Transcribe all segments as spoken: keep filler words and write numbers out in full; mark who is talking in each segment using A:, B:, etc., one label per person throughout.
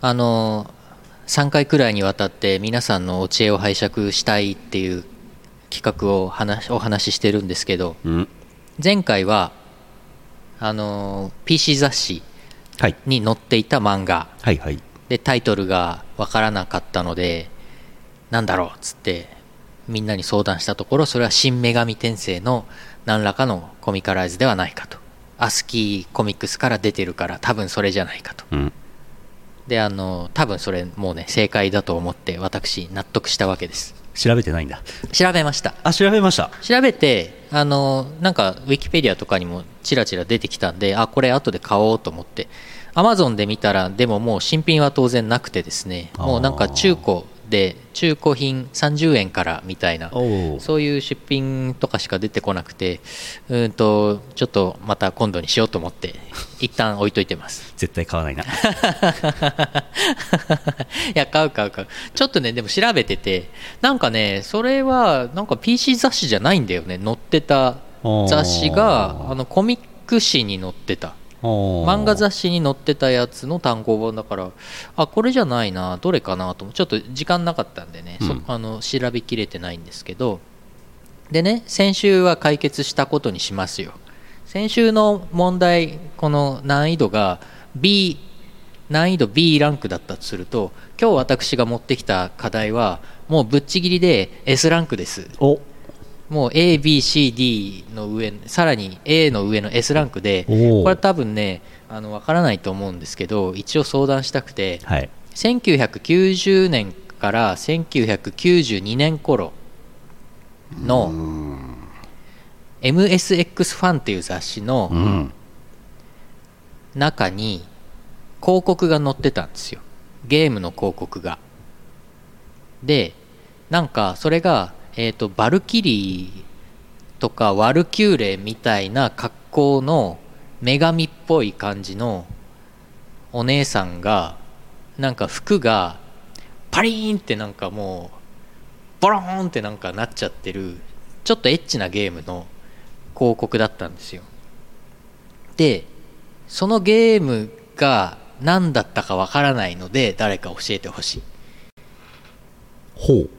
A: あのさんかいくらいにわたって皆さんのお知恵を拝借したいっていう企画を話お話ししてるんですけど、
B: うん、
A: 前回はあの ピーシー 雑誌に載っていた漫画、
B: はいはい、
A: でタイトルが分からなかったのでなんだろうっつってみんなに相談したところ、それは新女神転生の何らかのコミカライズではないかと、アスキーコミックスから出てるから多分それじゃないかと、
B: うん、
A: であの多分それもうね正解だと思って私納得したわけです。
B: 調べてないんだ。
A: 調べました。
B: あ、調べました。
A: 調べてあのなんかウィキペディアとかにもチラチラ出てきたんで、あこれ後で買おうと思ってアマゾンで見たら、でももう新品は当然なくてですね、もうなんか中古で中古品さんじゅうえんからみたいな、そういう出品とかしか出てこなくて、うんとちょっとまた今度にしようと思って一旦置いといてます。
B: 絶対買わないな。い
A: や買う買う買う。ちょっとねでも調べてて、なんかねそれはなんか ピーシー 雑誌じゃないんだよね。載ってた雑誌があのコミック誌に載ってた、漫画雑誌に載ってたやつの単行本だから、あこれじゃないな、どれかなと、ちょっと時間なかったんでね、うん、そあの調べきれてないんですけど、でね先週は解決したことにしますよ。先週の問題、この難易度が B 難易度 B ランクだったとすると、今日私が持ってきた課題はもうぶっちぎりで S ランクです。
B: お
A: もう エービーシーディー の上、さらに A の上の S ランクで、これ多分ねあの分からないと思うんですけど、一応相談したくて、はい、せんきゅうひゃくきゅうじゅうねんからせんきゅうひゃくきゅうじゅうにねん頃の エムエスエックス ファンっていう雑誌の中に広告が載ってたんですよ。ゲームの広告が。でなんかそれがえーと、バルキリーとかワルキューレみたいな格好の女神っぽい感じのお姉さんが、なんか服がパリーンってなんかもうボローンってなんかなっちゃってる、ちょっとエッチなゲームの広告だったんですよ。でそのゲームが何だったかわからないので誰か教えてほしい。
B: ほう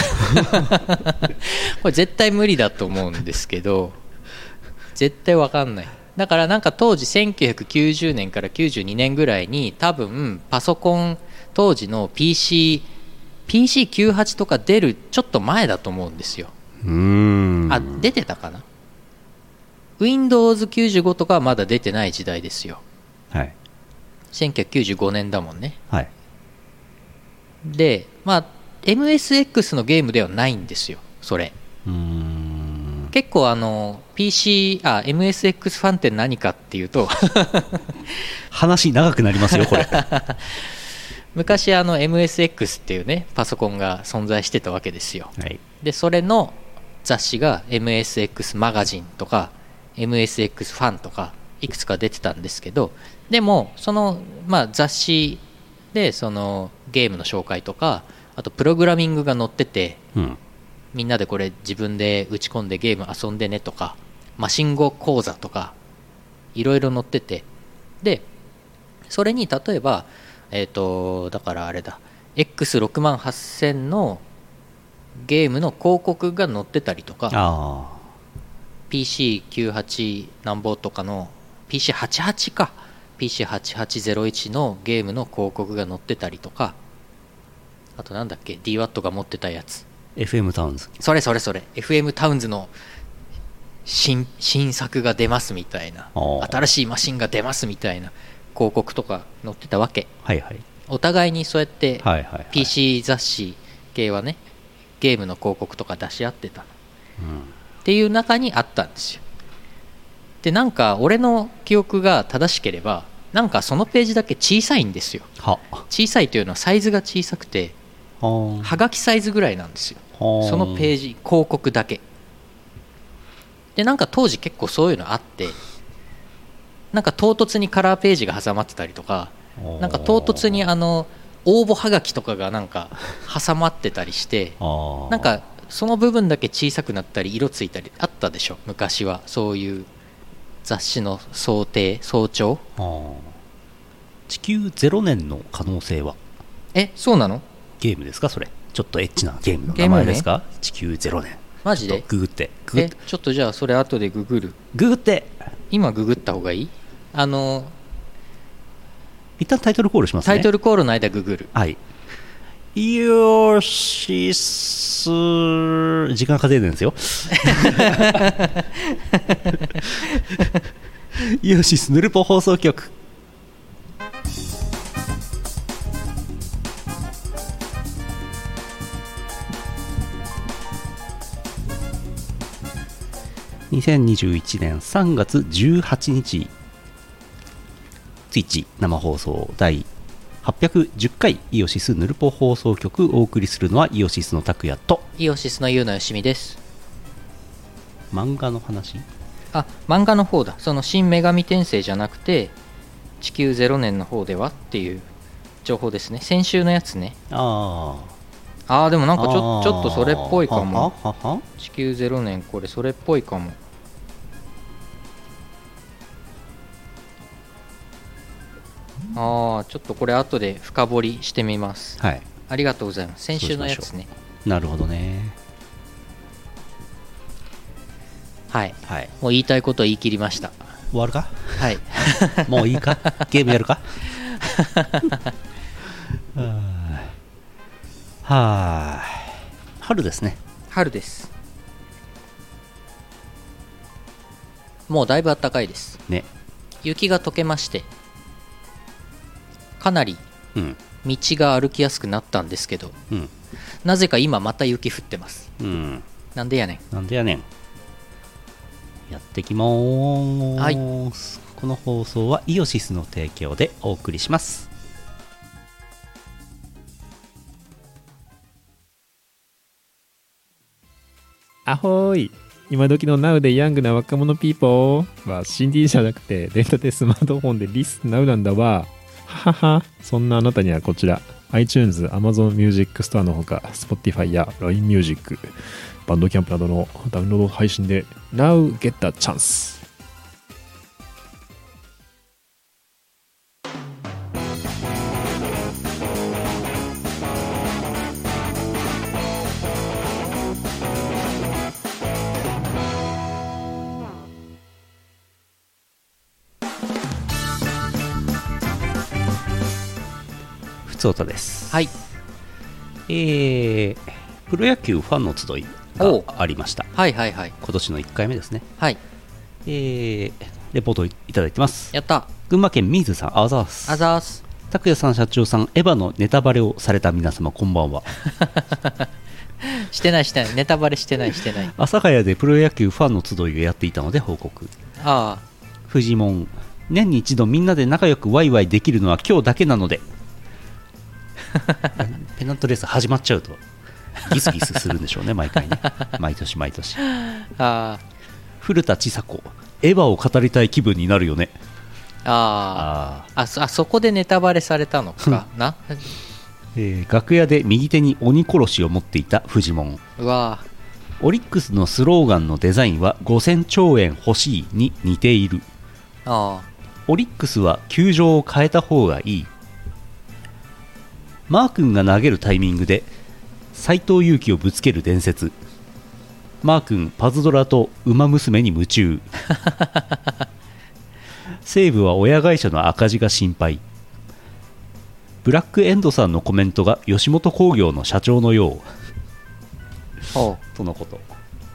A: これ絶対無理だと思うんですけど、絶対わかんない。だからなんか当時せんきゅうひゃくきゅうじゅうねんからきゅうじゅうにねんぐらいに多分パソコン当時の ピーシー ピーシーきゅうじゅうはち とか出るちょっと前だと思うんですよ。
B: うーん
A: あ出てたかな。 ウィンドウズきゅうじゅうご とかはまだ出てない時代ですよ。
B: はい、
A: せんきゅうひゃくきゅうじゅうごねんだもんね。
B: はい、
A: でまあエムエスエックス のゲームではないんですよそれ。
B: うーん
A: 結構あの ピーシー あ エムエスエックス ファンって何かっていうと
B: 話長くなりますよこれ
A: 昔あの エムエスエックス っていうねパソコンが存在してたわけですよ、
B: はい、
A: でそれの雑誌が エムエスエックス マガジンとか エムエスエックス ファンとかいくつか出てたんですけど、でもその、まあ、雑誌でそのゲームの紹介とか、あとプログラミングが載ってて、うん、みんなでこれ自分で打ち込んでゲーム遊んでねとか、マシン語講座とかいろいろ載ってて、でそれに例えばえっとだからあれだ エックスろくまんはっせん のゲームの広告が載ってたりとか、
B: あ
A: ピーシーきゅうじゅうはち なんぼとかの ピーシーはちじゅうはち か ピーシーはちはちゼロいち のゲームの広告が載ってたりとか、あとなんだっけ ディーワット が持ってたやつ
B: エフエム タウンズ、
A: それそれそれ エフエム タウンズの 新, 新作が出ますみたいな、新しいマシンが出ますみたいな広告とか載ってたわけ、
B: はいはい、
A: お互いにそうやって、
B: はいはいはい、
A: ピーシー 雑誌系はねゲームの広告とか出し合ってたの、うん、っていう中にあったんですよ。でなんか俺の記憶が正しければなんかそのページだけ小さいんですよ。
B: は
A: 小さいというのはサイズが小さくてはがきサイズぐらいなんですよ、そのページ広告だけで。なんか当時結構そういうのあって、なんか唐突にカラーページが挟まってたりとか、なんか唐突にあの応募はがきとかがなんか挟まってたりして、なんかその部分だけ小さくなったり色ついたりあったでしょ昔は。そういう雑誌の想定早朝
B: 地球ゼロねんの可能性は。
A: え、そうなの？
B: ゲームですかそれ？ちょっとエッチなゲームの名前ですか？地球ゼロねん。
A: マジで？
B: ググってググって。
A: え、ちょっとじゃあそれ後でググる。
B: ググって。
A: 今ググった方がいい？あの
B: 一旦タイトルコールしますね。
A: タイトルコールの間ググる。
B: はい。イオシス、時間稼いでるんですよ。イオシスヌルポ放送局。にせんにじゅういちねんさんがつじゅうはちにち、ツイッチ生放送第はっぴゃくじゅっかいイオシスヌルポ放送局。お送りするのはイオシスの拓也と
A: イオシスのゆうのよしみです。
B: 漫画の話？
A: あ、漫画の方だ。その新女神転生じゃなくて地球ゼロねんの方ではっていう情報ですね。先週のやつね。
B: あ
A: あーでもなんかちょ、ちょっとそれっぽいかも。
B: ははは
A: 地球ゼロねんこれそれっぽいかも。ああ、ちょっとこれ後で深掘りしてみます。
B: はい。
A: ありがとうございます。先週のやつね。
B: なるほどね。
A: はい、
B: はい、
A: もう言いたいこと言い切りました。
B: 終わるか？
A: はい。
B: もういいか？ゲームやるか？はあ、春ですね。
A: 春です。もうだいぶ暖かいです
B: ね。
A: 雪が溶けましてかなり道が歩きやすくなったんですけど、うん、なぜか今また雪降ってます、うん、なんでやねん
B: なんでやねん。やってきまーす、はい、この放送はイオシスの提供でお送りします。
C: アホーい、今時の Now でヤングな若者ピーポーは シーディー じゃなくてデータでスマートフォンでリス Now なんだわ。ははは。そんなあなたにはこちら iTunes、Amazon Music Store のほか Spotify や ライン Music、バンドキャンプなどのダウンロード配信で Now get the chance。
B: ふつおたです。
A: はい。
B: えー、プロ野球ファンの集いがありました。
A: はいはいはい。
B: 今年のいっかいめですね。
A: はい。
B: えー、レポートいただいてます。
A: やった。
B: 群馬県水さん、あざーす。
A: あざーす。
B: 拓也さん、社長さん、エヴァのネタバレをされた皆様、こんばんは。
A: してないしてない。ネタバレしてないしてない。
B: 阿佐ヶ谷でプロ野球ファンの集いをやっていたので報告。
A: ああ。
B: フジモン、年に一度みんなで仲良くワイワイできるのは今日だけなので。ペナントレース始まっちゃうとギスギスするんでしょうね。毎回ね、毎年毎年。
A: あ、
B: 古田千佐子、エヴァを語りたい気分になるよね。
A: ああ、あ そ, あそこでネタバレされたのかな。
B: えー、楽屋で右手に鬼殺しを持っていたフジモン。
A: うわ、
B: オリックスのスローガンのデザインはごせんちょうえん欲しいに似ている。
A: ああ、
B: オリックスは球場を変えた方がいい。マー君が投げるタイミングで斎藤佑樹をぶつける伝説。マー君パズドラとウマ娘に夢中。西武は親会社の赤字が心配。ブラックエンドさんのコメントが吉本興業の社長のよう。とのこと。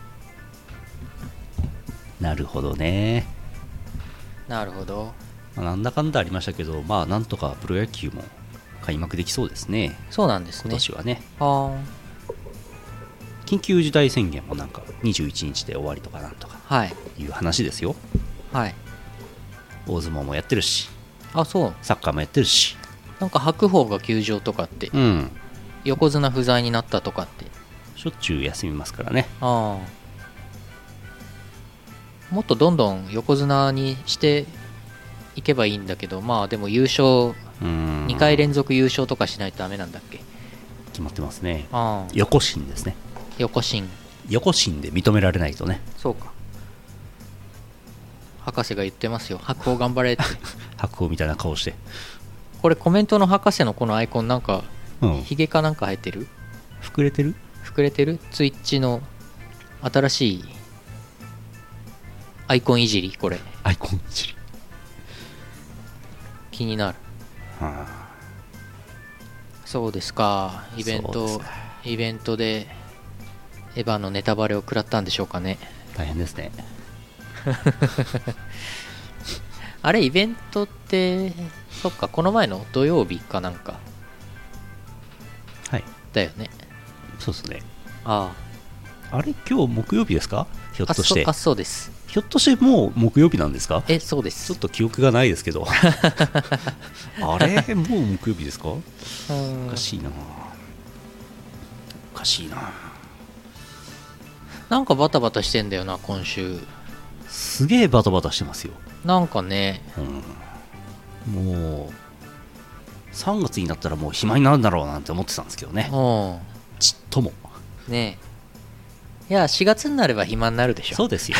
B: なるほどね。
A: なるほど、
B: まあ、なんだかんだありましたけど、まあなんとかプロ野球も開幕できそうですね。
A: そうなんですね、
B: 今年はね。
A: あ、
B: 緊急事態宣言もなんかにじゅういちにちで終わりとかなんとかいう話ですよ。
A: はい。
B: 大相撲もやってるし、
A: あ、そう、
B: サッカーもやってるし、
A: なんか白鵬が休場とかって、うん、横綱不在になったとかって
B: しょっちゅう休みますからね。
A: ああ、もっとどんどん横綱にしていけばいいんだけど、まあでも優勝にかい連続優勝とかしないとダメなんだっけ。
B: 決まってますね。
A: あ、
B: 横審ですね。
A: 横審
B: 横審で認められないとね。
A: そうか、博士が言ってますよ、白鵬頑張れって。
B: 白鵬みたいな顔して
A: これコメントの博士のこのアイコンなんか、うん、ヒゲかなんか生えてる？
B: 膨れてる？
A: 膨れてる？ツイッチの新しいアイコンいじり、これ
B: アイコンいじり
A: 気になる、はあ、そうですか。イベントイベントでエヴァのネタバレを食らったんでしょうかね。
B: 大変ですね
A: あれイベントってそっか、この前の土曜日かなんか、
B: はい
A: だよね。
B: そうですね。
A: あ
B: ああれ今日木曜日ですか？ひょっとして。
A: あ、そうです。
B: ひょっとしてもう木曜日なんですか？
A: え、そうです。
B: ちょっと記憶がないですけどあれもう木曜日ですか？おかしいなおかしいな。
A: なんかバタバタしてんだよな今週。
B: すげえバタバタしてますよ。
A: なんかね、
B: うん、もうさんがつになったらもう暇になるんだろうなんて思ってたんですけどね。ちっとも
A: ねえ。いやしがつになれば暇になるでしょ。
B: そうですよ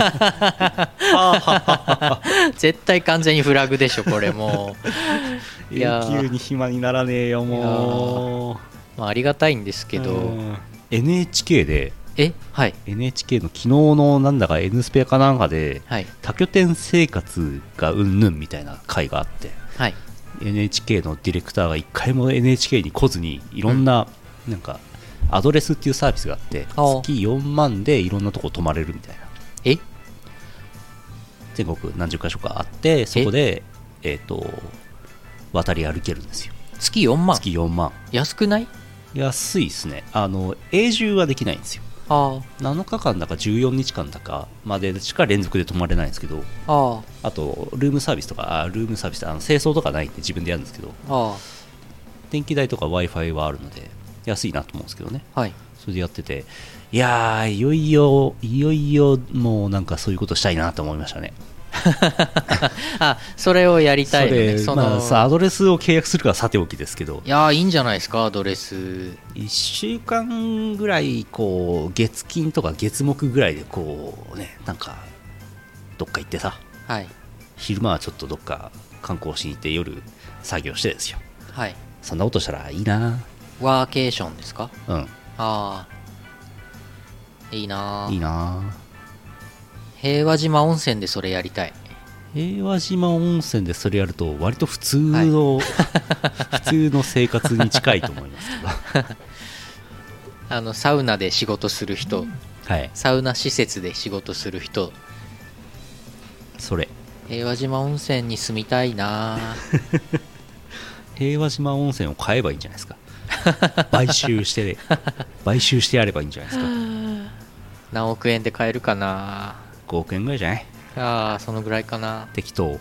A: 絶対完全にフラグでしょこれも
B: ういや永久に暇にならねえよも
A: う。まあ、ありがたいんですけど
B: エヌエイチケー で
A: え、はい、
B: エヌエイチケー の昨日のなんだか N スペアかなんかで、
A: はい、
B: 多拠点生活がうんぬんみたいな回があって、
A: はい、
B: エヌエイチケー のディレクターが一回も エヌエイチケー に来ずにいろんな、うん、なんかアドレスっていうサービスがあって月よんまんでいろんなとこ泊まれるみたいな。
A: え
B: 全国何十か所かあってそこでえっと渡り歩けるんですよ。
A: 月よんまん。
B: 月よんまん。
A: 安くない？
B: 安いですね。あの永住はできないんですよ。
A: あ
B: なのかかんだかじゅうよっかんだかまでしか連続で泊まれないんですけど、
A: あ
B: あとルームサービスとかあルームサービスあの清掃とかないんで自分でやるんですけど、
A: あ
B: 電気代とか Wi-Fi はあるので安いなと思うんですけどね、
A: はい、
B: それでやってて、いやーいよいよいよいよもうなんかそういうことしたいなと思いましたね
A: あ、それをやりたいよね。
B: それ、まあ、さアドレスを契約するかはさておきですけど、
A: いやーいいんじゃないですかアドレス。
B: いっしゅうかんぐらいこう月金とか月木ぐらいでこうねなんかどっか行ってさ、
A: はい、
B: 昼間はちょっとどっか観光しに行って夜作業してですよ、
A: はい、
B: そんなことしたらいいな。
A: ワーケーションですか？
B: うん。
A: ああいいない
B: いな。
A: 平和島温泉でそれやりたい。
B: 平和島温泉でそれやると割と普通の、はい、普通の生活に近いと思いますけど
A: あのサウナで仕事する人、
B: はい、
A: サウナ施設で仕事する人、
B: それ
A: 平和島温泉に住みたいな
B: 平和島温泉を買えばいいんじゃないですか買収して買収してやればいいんじゃないですか。
A: 何億円で買えるかな。
B: ごおくえんぐらいじゃない？
A: ああそのぐらいかな。
B: 適当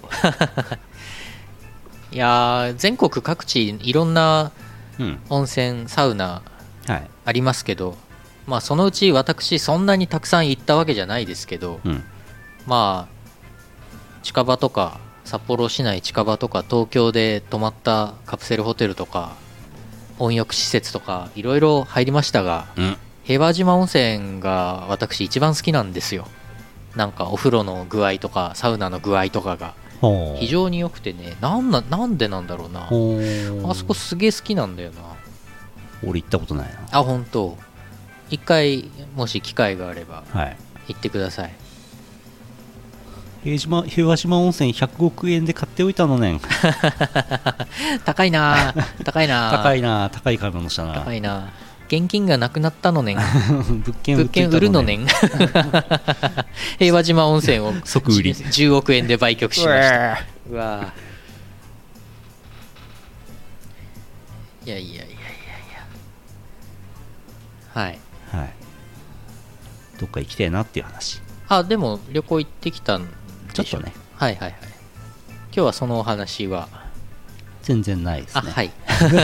A: いや全国各地いろんな温泉、うん、サウナありますけど、はい、まあそのうち私そんなにたくさん行ったわけじゃないですけど、うん、まあ近場とか札幌市内近場とか東京で泊まったカプセルホテルとか温浴施設とかいろいろ入りましたが、うん、平和島温泉が私一番好きなんですよ。なんかお風呂の具合とかサウナの具合とかが非常に良くてね、なんな、なんでなんだろうな、あそこすげえ好きなんだよな。
B: 俺行ったことないな。
A: あ、本当。一回もし機会があれば行ってください、はい。
B: 平島、平和島温泉ひゃくおくえんで買っておいたのねん
A: 高いな高いな
B: 高いな高い買い物したな。
A: 高いな。現金がなくなったのねん
B: 物件
A: 物件売るのねん平和島温泉を
B: 即売り
A: じゅうおくえんで売却しました。うわいやいやいやいやいや、はい
B: はい、どっか行きたいなっていう話。
A: あ、でも旅行行ってきたんでしょ。
B: ちょっとね。
A: はいはいはい。今日はそのお話は
B: 全然ないですね。
A: あ、はい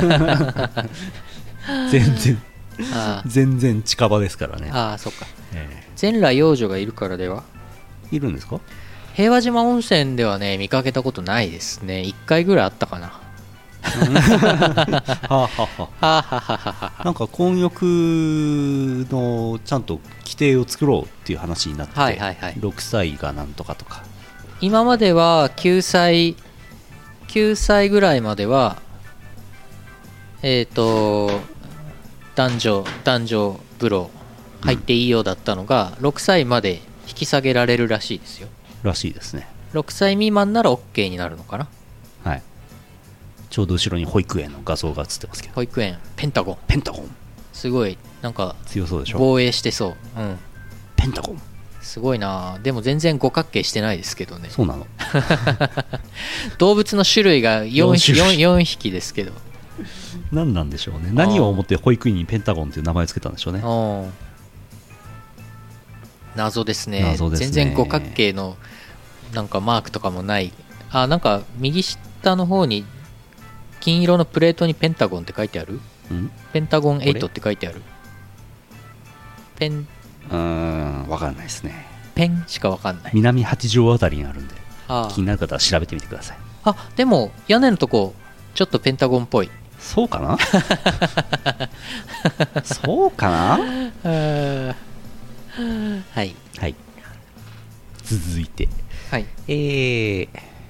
B: 全然あ全然近場ですからね。
A: ああ、そっか、えー、全裸幼女がいるからでは。
B: いるんですか？
A: 平和島温泉ではね見かけたことないですね。いっかいぐらいあったかなはあは
B: はなんか混浴のちゃんと規定を作ろうっていう話になって、はいはいはい、ろくさいがなんとかとか。
A: 今まではきゅうさいきゅうさいぐらいまではえっ、ー、と男女男女風呂入っていいようだったのが、うん、ろくさいまで引き下げられるらしいですよ。
B: らしいですね。
A: ろくさい未満なら OK になるのかな。
B: はい。ちょうど後ろに保育園の画像が映ってますけど。
A: 保育園ペンタゴン。
B: ペンタゴン。
A: すごいなんか
B: 強そうでしょ。
A: 防衛してそう。うん。
B: ペンタゴン。
A: すごいな。でも全然五角形してないですけどね。
B: そうなの。
A: 動物の種類が 4, 4, 4匹ですけど。
B: 何なんでしょうね。何を思って保育園にペンタゴンという名前をつけたんでしょうね。
A: 謎ですね。
B: 謎ですね。
A: 全然五角形のなんかマークとかもない。あ、なんか右下の方に金色のプレートにペンタゴンって書いてある？
B: ん？ペ
A: ンタゴンエイトって書いてある。ペン
B: うーん、わかんないですね。
A: ペンしかわかんない。
B: 南八条あたりにあるんで、
A: ああ、
B: 気になる方は調べてみてください。
A: あ、でも屋根のとこちょっとペンタゴンっぽい。
B: そうかな？そうかな？
A: はい
B: はい。続いて、
A: はい、
B: えー、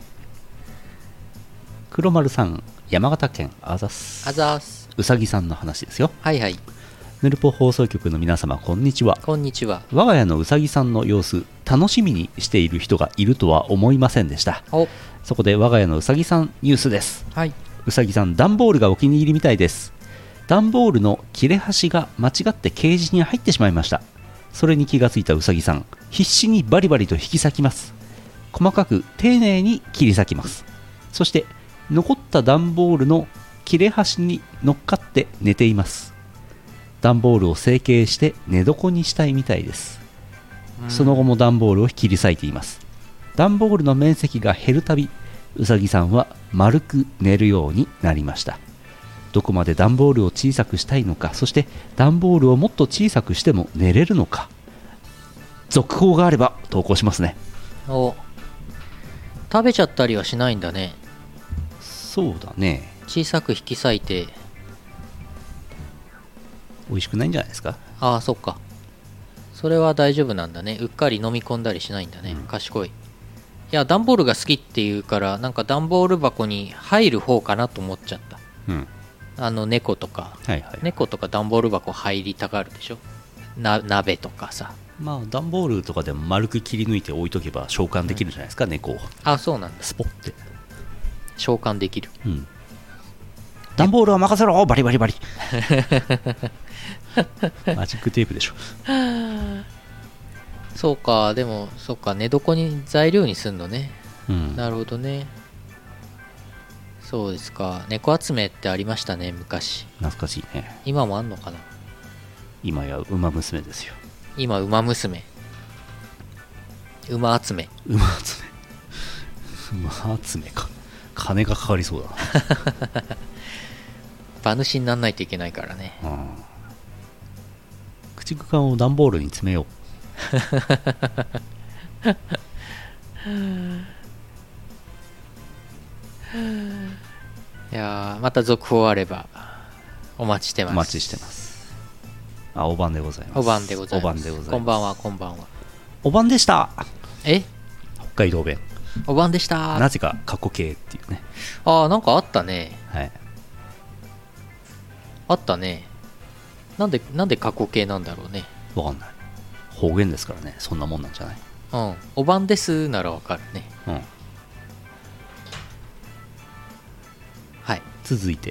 B: 黒丸さん、山形県あざす。
A: あざす。
B: うさぎさんの話ですよ。
A: はいはい。
B: ヌルポ放送局の皆様、こんにちは。
A: こんにちは。
B: 我が家のうさぎさんの様子、楽しみにしている人がいるとは思いませんでした。
A: お、
B: そこで我が家のうさぎさんニュースです。
A: はい。
B: うさぎさん、段ボールがお気に入りみたいです。段ボールの切れ端が間違ってケージに入ってしまいました。それに気がついたうさぎさん、必死にバリバリと引き裂きます。細かく丁寧に切り裂きます。そして残った段ボールの切れ端に乗っかって寝ています。段ボールを成形して寝床にしたいみたいです。その後も段ボールを切り裂いています。段ボールの面積が減るたび、うさぎさんは丸く寝るようになりました。どこまで段ボールを小さくしたいのか、そして段ボールをもっと小さくしても寝れるのか、続報があれば投稿しますね。
A: お、食べちゃったりはしないんだね。
B: そうだね。
A: 小さく引き裂いて
B: 美味しくないんじゃないですか。
A: ああ、そっか。それは大丈夫なんだね。うっかり飲み込んだりしないんだね、うん、賢い。いや、段ボールが好きっていうから、なんか段ボール箱に入る方かなと思っちゃった、
B: うん、
A: あの猫とか、
B: はいはい、
A: 猫とか段ボール箱入りたがるでしょ。な鍋とかさ。
B: まあ段ボールとかでも丸く切り抜いて置いとけば召喚できるじゃないですか、うん、猫を。あ、そうなんだ。スポッて
A: 召喚できる。
B: うん。段ボールは任せろ、バリバリバリ。マジックテープでしょ。
A: そうか。でもそうか、寝床に材料にすんのね、
B: うん、
A: なるほどね。そうですか。猫集めってありましたね、昔。
B: 懐かしいね。
A: 今もあんのかな。
B: 今や馬娘ですよ。
A: 今馬娘、馬集め、
B: 馬集め馬集めか。金がかかりそうだな。
A: 馬主にならないといけないからね、
B: うん、駆逐艦を段ボールに詰めよう。
A: いや、また続報あればお待ちしてます。
B: お待ちしてます。あ、お晩でございます。
A: お晩でございます。
B: お晩でございます。
A: こんばんは、こんばんは。
B: お晩でした。
A: え、
B: 北海道弁。
A: お晩でした。
B: なぜか過去形っていうね。
A: ああ、なんかあったね。
B: はい。
A: あったね。なんでなんで過去形なんだろうね。
B: わかんない。方言ですからね。そんなもんなんじゃない。
A: うん。お晩ですならわかるね。
B: うん。
A: はい。
B: 続いて。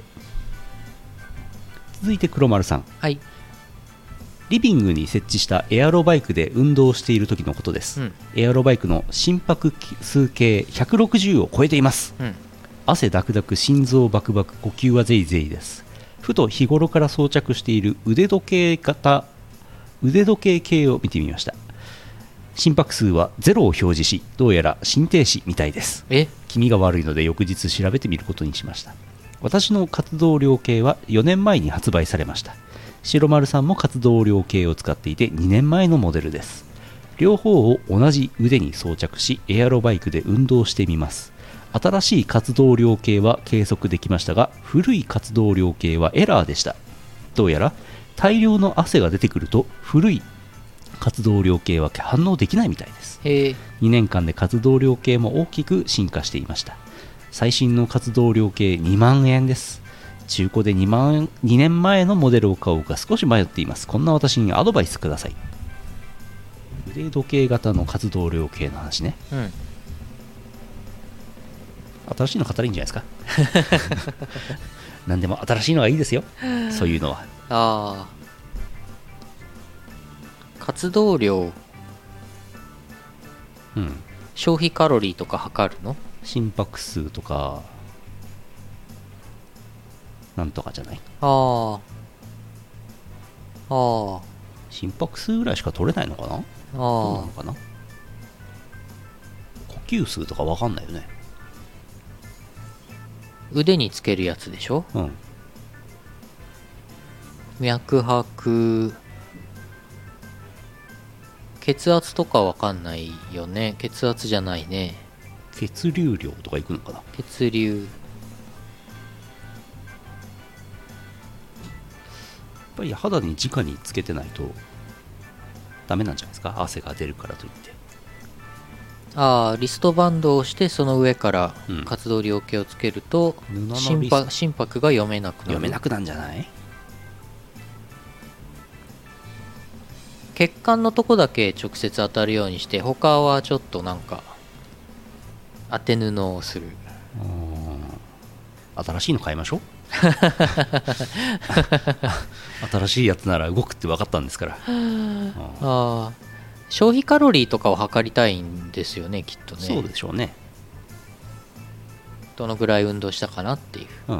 B: 続いて黒丸さん。
A: はい。
B: リビングに設置したエアロバイクで運動している時のことです、うん、エアロバイクの心拍数計ひゃくろくじゅうを超えています、
A: うん、
B: 汗ダクダク、心臓バクバク、呼吸はゼイゼイです。ふと日頃から装着している腕時計型腕時計系を見てみました。心拍数はゼロを表示し、どうやら心停止みたいです。
A: え、
B: 気味が悪いので翌日調べてみることにしました。私の活動量計はよねんまえに発売されました。白丸さんも活動量計を使っていてにねんまえのモデルです。両方を同じ腕に装着し、エアロバイクで運動してみます。新しい活動量計は計測できましたが、古い活動量計はエラーでした。どうやら大量の汗が出てくると古い活動量計は反応できないみたいです。
A: へー。
B: にねんかんで活動量計も大きく進化していました。 最新の活動量計にまんえんです。中古でにまんにねんまえのモデルを買おうか少し迷っています。こんな私にアドバイスください。腕時計型の活動量計の話ね、
A: うん、
B: 新しいの買ったらいいんじゃないですか。何でも新しいのがいいですよ、そういうのは。
A: ああ、活動量、
B: うん、
A: 消費カロリーとか測るの？
B: 心拍数とかなんとかじゃない？
A: ああ、ああ、
B: 心拍数ぐらいしか取れないのかな？どうなのかな？呼吸数とか分かんないよね。
A: 腕につけるやつでしょ？
B: うん。
A: 脈拍、血圧とか分かんないよね。血圧じゃないね。
B: 血流量とかいくのかな？
A: 血流。やっ
B: ぱり肌に直につけてないとダメなんじゃないですか？汗が出るからといって。
A: ああ、リストバンドをしてその上から活動量計をつけると、うん、心拍、心拍が読めなくなる。
B: 読めなくなんじゃない？
A: 血管のとこだけ直接当たるようにして、他はちょっとなんか当て布をする。
B: 新しいの買いましょう。新しいやつなら動くって分かったんですから。あ
A: あ、消費カロリーとかを測りたいんですよね、きっとね。
B: そうでしょうね。
A: どのぐらい運動したかなっていう、
B: うん、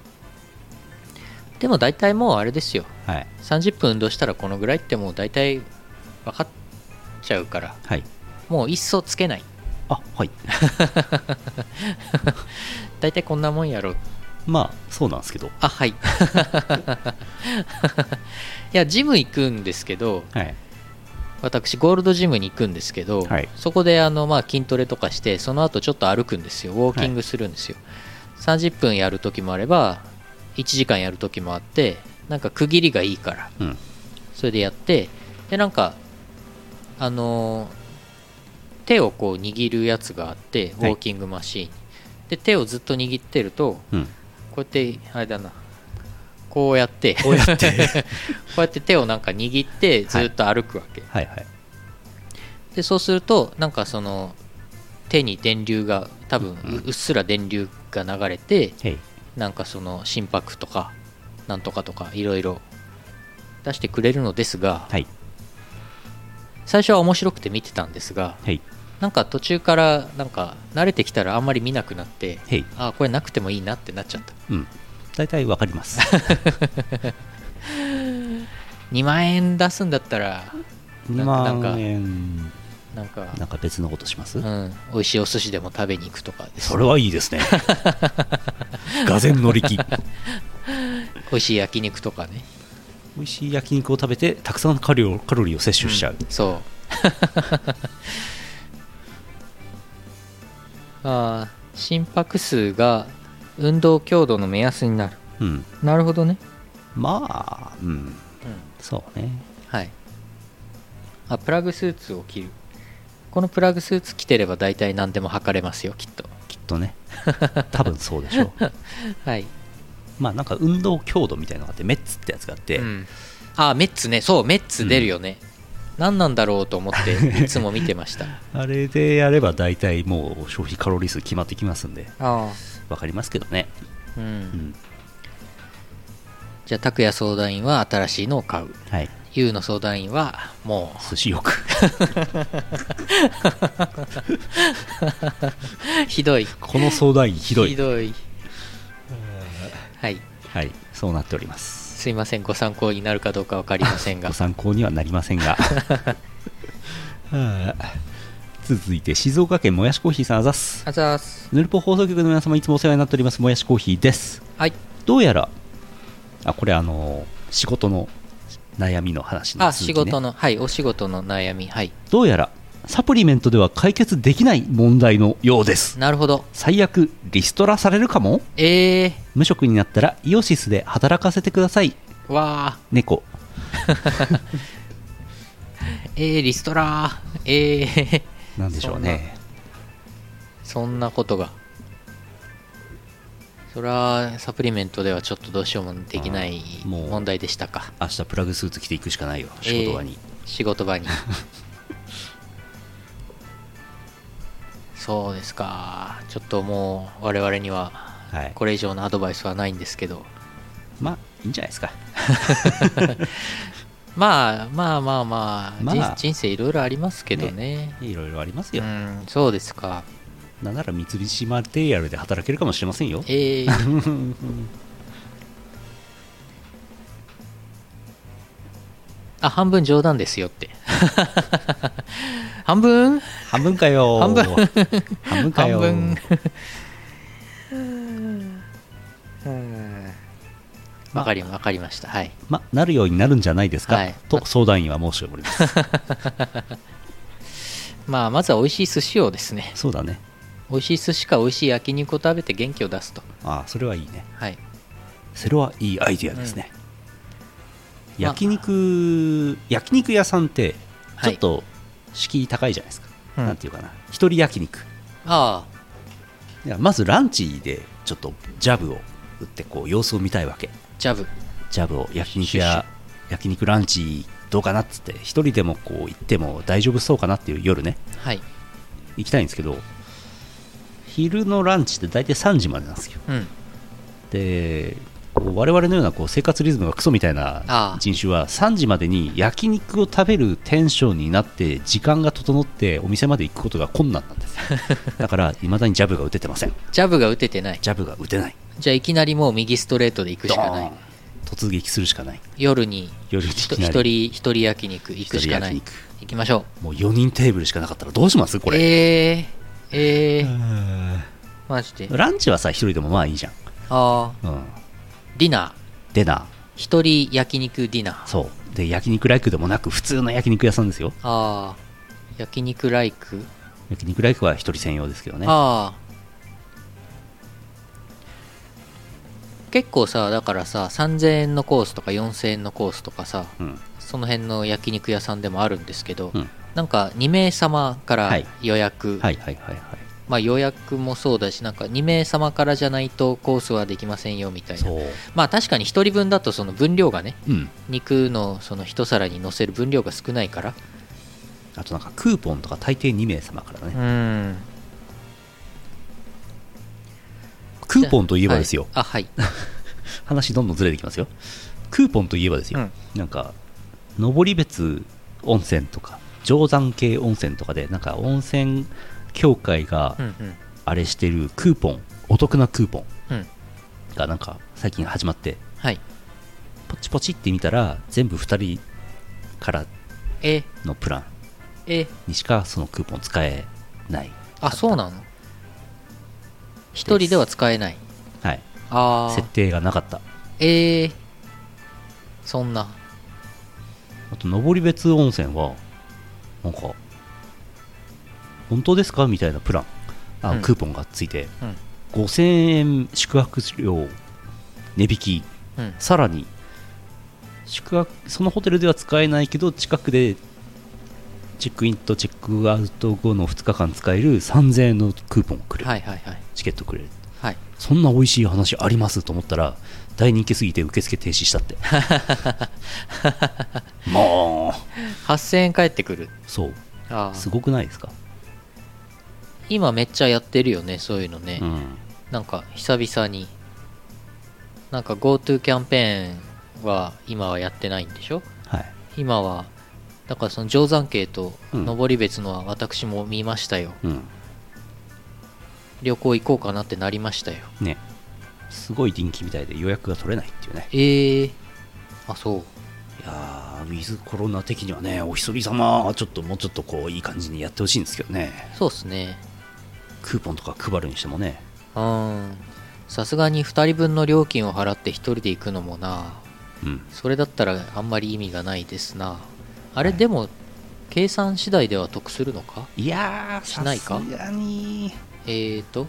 A: でも大体もうあれですよ、
B: はい、
A: さんじゅっぷん運動したらこのぐらいってもう大体分かっちゃうから、
B: はい、
A: もういっそつけない。
B: あ、はい。
A: 大体こんなもんやろ。
B: まあそうなんですけど。
A: あ、はい。いや、ジム行くんですけど、
B: はい、
A: 私ゴールドジムに行くんですけど、はい、そこであの、まあ、筋トレとかしてその後ちょっと歩くんですよ。ウォーキングするんですよ、はい、さんじゅっぷんやる時もあればいちじかんやる時もあって、なんか区切りがいいから、うん、それでやって、でなんかあのー、手をこう握るやつがあって、ウォーキングマシーン、はい、で手をずっと握ってると、うん、こうやってあれだな、こうやって
B: こうやって
A: こうやって手をなんか握ってずっと歩くわけ、
B: はいはいはい、
A: でそうするとなんかその手に電流が多分うっすら電流が流れて、うん、なんかその心拍とかなんとかとかいろいろ出してくれるのですが、はい、最初は面白くて見てたんですが、はい、なんか途中からなんか慣れてきたらあんまり見なくなって、はい、あこれなくてもいいなってなっちゃった。
B: うん、大体わかります。
A: にまんえん出すんだったら
B: にまんえん
A: なんか
B: なんか別のことします、
A: うん、美味しいお寿司でも食べに行くとかです、ね、
B: それはいいですね。がぜん乗り気。
A: 美味しい焼肉とかね、
B: 美味しい焼肉を食べてたくさんカロリーを、カロリーを摂取しちゃう、
A: うん、そうあ、心拍数が運動強度の目安になる、うん、なるほどね。
B: まあ、うん、うん、そうね。
A: はい。あ、プラグスーツを着る。このプラグスーツ着てれば大体何でも測れますよ、きっと。
B: きっとね。多分そうでしょう。
A: はい。ま
B: あなんか運動強度みたいなのがあって、メッツってやつがあって、うん、
A: あ、メッツね、そう、メッツ出るよね。うん、何なんだろうと思っていつも見てました。
B: あれでやれば大体もう消費カロリー数決まってきますんで、あ分かりますけどね。うん。うん、
A: じゃあ拓也相談員は新しいのを買う。はい。ユウの相談員はもう
B: 寿司よく。
A: ひどい。
B: この相談員ひどい。
A: ひどい。はい
B: はい、そうなっております。
A: すいません、ご参考になるかどうか分かりませんが。
B: ご参考にはなりませんが。はあ、続いて静岡県もやしコーヒーさん、あざす。
A: あざす。
B: ヌルポ放送局の皆様いつもお世話になっておりますもやしコーヒーです。
A: はい。
B: どうやらあこれあの仕事の悩みの話の続き、ね、
A: あ仕事のはいお仕事の悩み、はい。
B: どうやらサプリメントでは解決できない問題のようです。
A: なるほど。
B: 最悪リストラされるかも。
A: えー、
B: 無職になったらイオシスで働かせてください。
A: わー
B: 猫。
A: えー、リストラー、えー、
B: なんでしょうね。
A: そんな、そんなことがそれはサプリメントではちょっとどうしようもできない問題でしたか。
B: 明日プラグスーツ着ていくしかないよ、仕事場に、
A: えー、仕事場にそうですか。ちょっともう我々にはこれ以上のアドバイスはないんですけど、はい、
B: まあいいんじゃないですか
A: まあまあまあまあ、まあ、人生いろいろありますけどね。
B: いろいろありますよ。
A: うん、そうですか。
B: なんなら三菱マテリアルで働けるかもしれませんよ。
A: えーあ、半分冗談ですよって半分
B: 半分かよ
A: 半分
B: 半分かよ
A: 半分わかり、わかりました。はい。
B: ま、なるようになるんじゃないですか、はい、と相談員は申しております
A: まあまずは美味しい寿司をですね。
B: そうだね。
A: 美味しい寿司か美味しい焼肉を食べて元気を出すと。
B: ああ、それはいいね。
A: はい。
B: それはいいアイディアですね。うん、焼肉、焼肉屋さんってちょっと敷居高いじゃないですか。はい、なんていうかな、一人焼肉。
A: あ
B: あ。いや、まずランチでちょっとジャブを打ってこう様子を見たいわけ。
A: ジャブ。
B: ジャブを焼肉屋、焼肉ランチどうかなっつって一人でもこう行っても大丈夫そうかなっていう夜ね。
A: はい。
B: 行きたいんですけど。昼のランチって大体さんじまでなんですよ。
A: うん、
B: でこう我々のようなこう生活リズムがクソみたいな人種はさんじまでに焼肉を食べるテンションになって時間が整ってお店まで行くことが困難なんですだからいまだにジャブが打ててません。
A: ジャブが打ててない。
B: ジャブが打てない。
A: じゃあいきなりもう右ストレートで行くしかない。
B: 突撃するしかない。
A: 夜に
B: 夜に
A: 一人一人焼肉行くしかない。行きましょ
B: う。もうよにんテーブルしかなかったらどうしますこれ。
A: えーえーマジで。
B: ランチはさ一人でもまあいいじゃん。
A: ああ、うん、ディナー
B: ディナー
A: 一人焼肉ディナー。
B: そうで、焼肉ライクでもなく普通の焼肉屋さんですよ。
A: ああ、焼肉ライク。
B: 焼肉ライクは一人専用ですけどね。
A: ああ、結構さ、だからささんぜんえんのコースとかよんせんえんのコースとかさ、うん、その辺の焼肉屋さんでもあるんですけど、うん、なんかにめいさまから予約、
B: はい、はいはいはいはい、
A: まあ、予約もそうだし、なんかにめいさまからじゃないとコースはできませんよみたいな。まあ確かにひとりぶんだとその分量がね、うん、肉のその一皿に乗せる分量が少ないから。
B: あとなんかクーポンとか大抵にめいさまからね。
A: うん、
B: クーポンといえばですよ、
A: はい、あ、はい、
B: 話どんどんずれてきますよ。クーポンといえばですよ、うん、なんか登別温泉とか定山系温泉とかでなんか温泉協会があれしてるクーポン、お得なクーポンがなんか最近始まって、
A: はい、
B: ポチポチって見たら全部ふたりからのプランにしかそのクーポン使えない。
A: あ、そうなの。ひとりでは使えない。
B: はい。
A: ああ、
B: 設定がなかった。
A: えー、そんな。
B: あと登別温泉はなんか本当ですかみたいなプラン、あ、うん、クーポンがついて、うん、ごせんえん宿泊料値引き、うん、さらに宿泊そのホテルでは使えないけど近くでチェックインとチェックアウト後のふつかかん使えるさんぜんえんのクーポンをくれる、
A: はいはいはい、
B: チケットくれる、
A: はい、
B: そんな美味しい話ありますと思ったら大人気すぎて受付停止したってもう
A: はっせんえん返ってくる。
B: そう、
A: あ、
B: すごくないですか。
A: 今めっちゃやってるよね、そういうのね、
B: うん、
A: なんか久々になんか GoTo キャンペーンは今はやってないんでしょ。
B: はい、
A: 今はだからその定山渓と登別のは私も見ましたよ、うん、旅行行こうかなってなりましたよ
B: ね。すごい人気みたいで予約が取れないっていうね。
A: えー、あ、そう。い
B: やー、ウィズコロナ的にはね、お一人様はちょっともうちょっとこういい感じにやってほしいんですけどね。
A: そうですね。
B: クーポンとか配るにしてもね。
A: うん、さすがにふたりぶんの料金を払ってひとりで行くのもな、うん、それだったらあんまり意味がないですな。あれ、はい、でも計算次第では得するのか。
B: いやー、
A: しないか。
B: さすがに
A: えーと、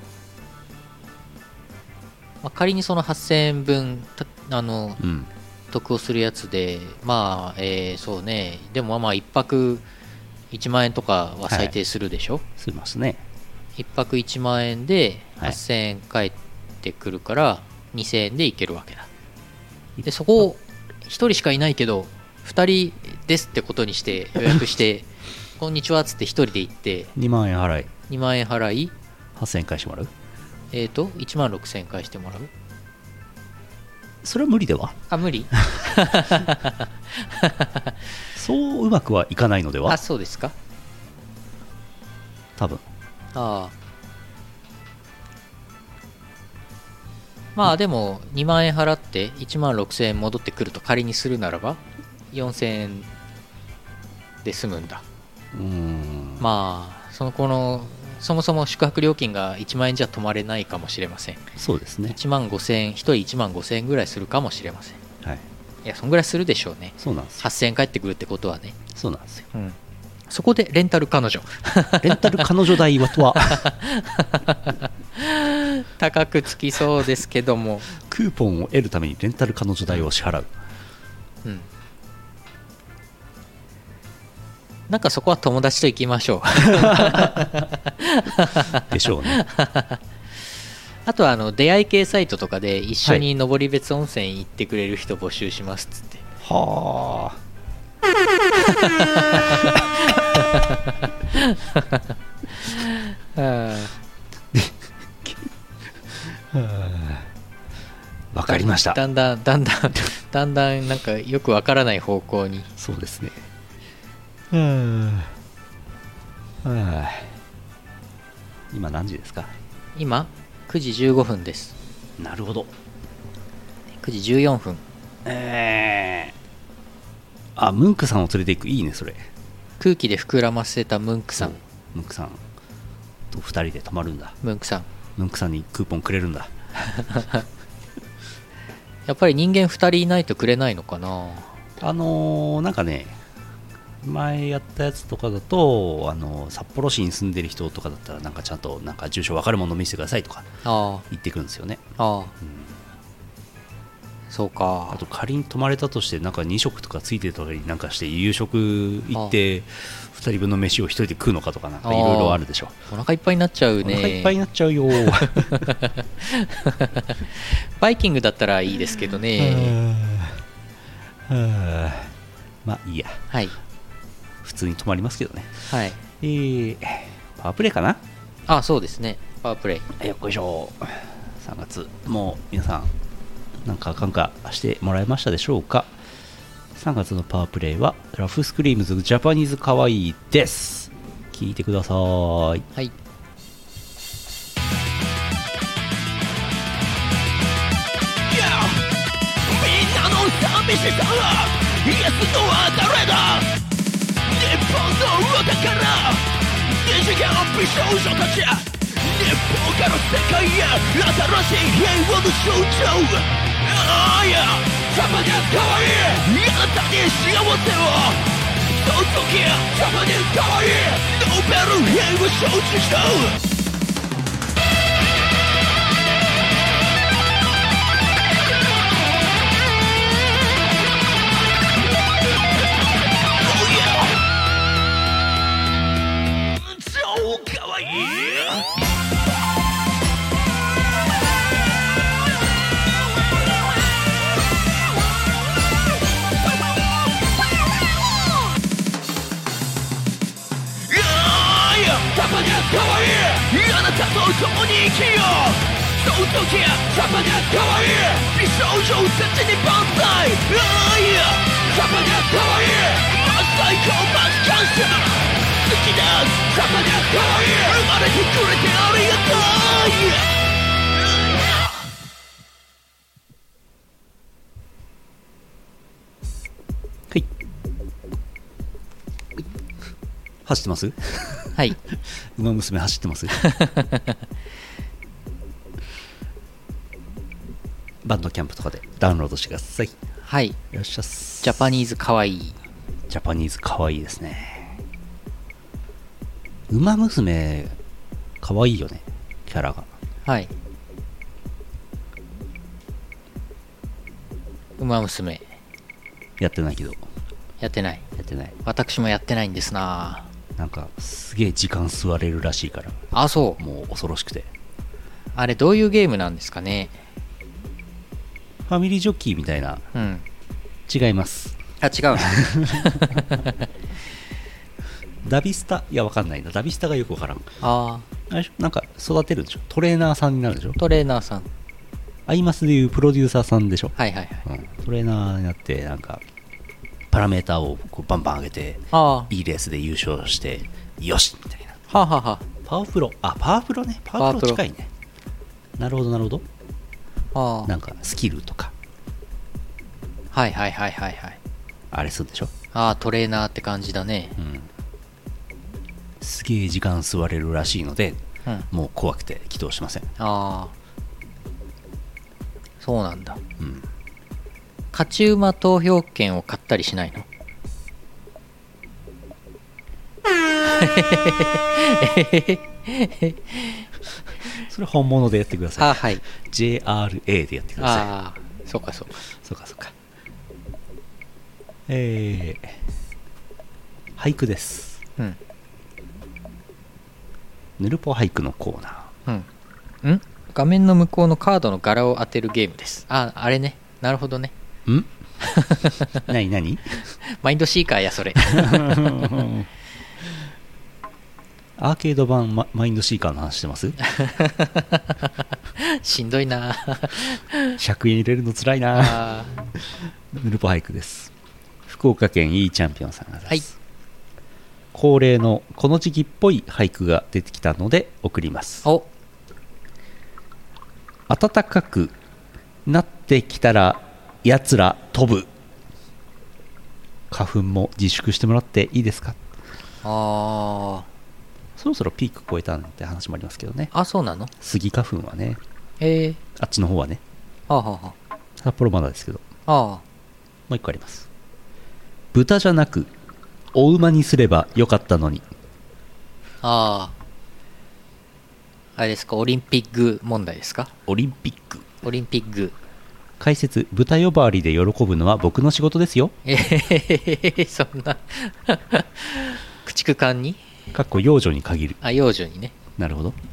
A: まあ、仮にそのはっせんえんぶんあの、うん、得をするやつで、まあ、えー、そうね、でもまあいっぱくいちまんえんとかは最低するでしょ。
B: はい、しますね。
A: いっぱくいちまんえんではっせんえん返っってくるからにせんえんで行けるわけだ。でそこをひとりしかいないけどふたりですってことにして予約してこんにちはっつってひとりで行って
B: にまんえん払い
A: にまんえん払い
B: はっせんえん返してもらう。
A: えっといちまんろくせんえん返してもらう。
B: それは無理では。
A: あ無理
B: そううまくはいかないのでは。
A: あそうですか。
B: 多分。
A: ああまあでもにまんえん払っていちまんろくせんえん戻ってくると仮にするならばよんせんえんで済むんだ。
B: うーん
A: まあそのこのそもそも宿泊料金がいちまんえんじゃ泊まれないかもしれません。
B: そうですね。
A: いちまんごせんえんひとりいちまんごせんえんぐらいするかもしれません。
B: はい。
A: いやそんぐらいするでしょうね。
B: そうなんですよ。
A: はっせんえん返ってくるってことはね。
B: そうなんですよ。
A: うん、そこでレンタル彼女
B: レンタル彼女代はとは
A: 高くつきそうですけども
B: クーポンを得るためにレンタル彼女代を支払う。
A: うんなんかそこは友達と行きましょ
B: うでしょうね。
A: あとはあの出会い系サイトとかで一緒に登別温泉行ってくれる人募集しますっつって、
B: はあわかりました。
A: だんだんだんだんだんだんなんかよくわからない方向に。
B: そうですね。はあはあ、今何時ですか。
A: 今くじじゅうごふんです。
B: なるほど。
A: くじじゅうよんふん。
B: えー、あムンクさんを連れていく。いいねそれ。
A: 空気で膨らませたムンクさん。
B: ムンクさんとふたりで泊まるんだ。
A: ムンクさん
B: ムンクさんにクーポンくれるんだ
A: やっぱり人間ふたりいないとくれないのかな。
B: あのー、なんかね前やったやつとかだと、あのー、札幌市に住んでる人とかだったらなんかちゃんとなんか住所分かるもの見せてくださいとか言ってくるんですよね。
A: ああ、うん、そうか。
B: あと仮に泊まれたとしてなんかに食とかついてたりなんかして夕食行ってふたりぶんの飯をひとりで食うのかとかなんかいろいろあるでしょ。
A: お腹いっぱいになっちゃうね。
B: お腹いっぱいになっちゃうよ
A: バイキングだったらいいですけどね。
B: まあいいや。
A: はい。
B: 普通に泊まりますけどね。
A: はい。
B: えー、パワープレイかな。
A: あ、そうですね。パワープレイ。
B: よっこいしょ。さんがつもう皆さんなんかあかんかしてもらえましたでしょうか。さんがつのパワープレイはラフスクリームズジャパニーズかわいいです。聞いてください。はい。
A: みんなの寂しさはイエスのは誰だ。日本のお宝二次元美少女たち、日本から世界へ新しい平和の象徴。ああやジャパニーズかわいい、あなたに幸せを。その時ジャパニーズかわいい、ノーベル平和承知した。かわいい、あなたと共に生きよう。その時ジャパニーズかわいい、美少女たちに万歳。ああいやジャパニーズかわいい、マジ最高マジ感謝。好きですジャパニーズかわいい、生まれてくれてありがとう。
B: 走ってます
A: はい。
B: 馬娘走ってますバンドキャンプとかでダウンロードしてください。
A: はい。
B: よっしゃっす。
A: ジャパニーズかわいい。
B: ジャパニーズかわいいですね。馬娘かわいいよね、キャラが。
A: はい。馬娘
B: やってないけど。
A: やってない。
B: やってない。
A: 私もやってないんですな。
B: なんかすげえ時間座れるらしいから。
A: あ、そう。
B: もう恐ろしくて。
A: あれどういうゲームなんですかね。
B: ファミリージョッキーみたいな、
A: うん、
B: 違います。
A: あ、違う
B: ダビスタ、いやわかんないな、ダビスタがよくわからん。
A: あ
B: あれなんか育てるんでしょ、トレーナーさんになるでしょ。
A: トレーナーさん、
B: アイマスでいうプロデューサーさんでしょ。
A: はいはいはい、
B: うん、トレーナーになってなんかパラメーターをこうバンバン上げて、
A: あ
B: いいレースで優勝してよしみたいな。
A: はあ、はあはあ、
B: パワープロ、あ、パワープロね、パワープロ近いね。なるほどなるほど。
A: あ
B: なんかスキルとか、
A: はいはいはいはいはい、
B: あれするんでしょ。
A: ああ、トレーナーって感じだね。
B: うん、すげえ時間座れるらしいので、うん、もう怖くて起動しません。
A: ああ、そうなんだ。
B: うん、
A: 勝ち馬投票券を買ったりしないの？
B: それ本物でやってください。
A: あ、はい、
B: ジェイアールエー でやってください。
A: ああ、そうかそうか
B: そうかそうか。えー、俳句です。
A: うん。
B: ヌルポ俳句のコーナ
A: ー。うん。ん？画面の向こうのカードの柄を当てるゲームです。あ、あれね。なるほどね。
B: ん？何何？
A: マインドシーカーやそれ。
B: アーケード版 マ, マインドシーカーの話してます？
A: しんどいな。
B: ひゃくえん入れるのつらいな。ヌルポ俳句です。福岡県いいチャンピオンさんが出す、はい、恒例のこの時期っぽい俳句が出てきたので送ります。
A: お、
B: 暖かくなってきたらやつら飛ぶ。花粉も自粛してもらっていいですか。
A: あー、
B: そろそろピーク超えたんって話もありますけどね。
A: あ、そうなの。
B: スギ花粉はね、
A: えー、
B: あっちの方はね、
A: はあはあ、
B: 札幌まだですけど、
A: ああ、
B: もう一個あります。豚じゃなくお馬にすればよかったのに。
A: ああ、あれですか、オリンピック問題ですか。
B: オリンピック、
A: オリンピック
B: 解説、豚呼ばわりで喜ぶのは僕の仕事ですよ。
A: えー、そんな駆逐艦に
B: かっこ幼女に限る。
A: あ、幼女にね。
B: なるほど。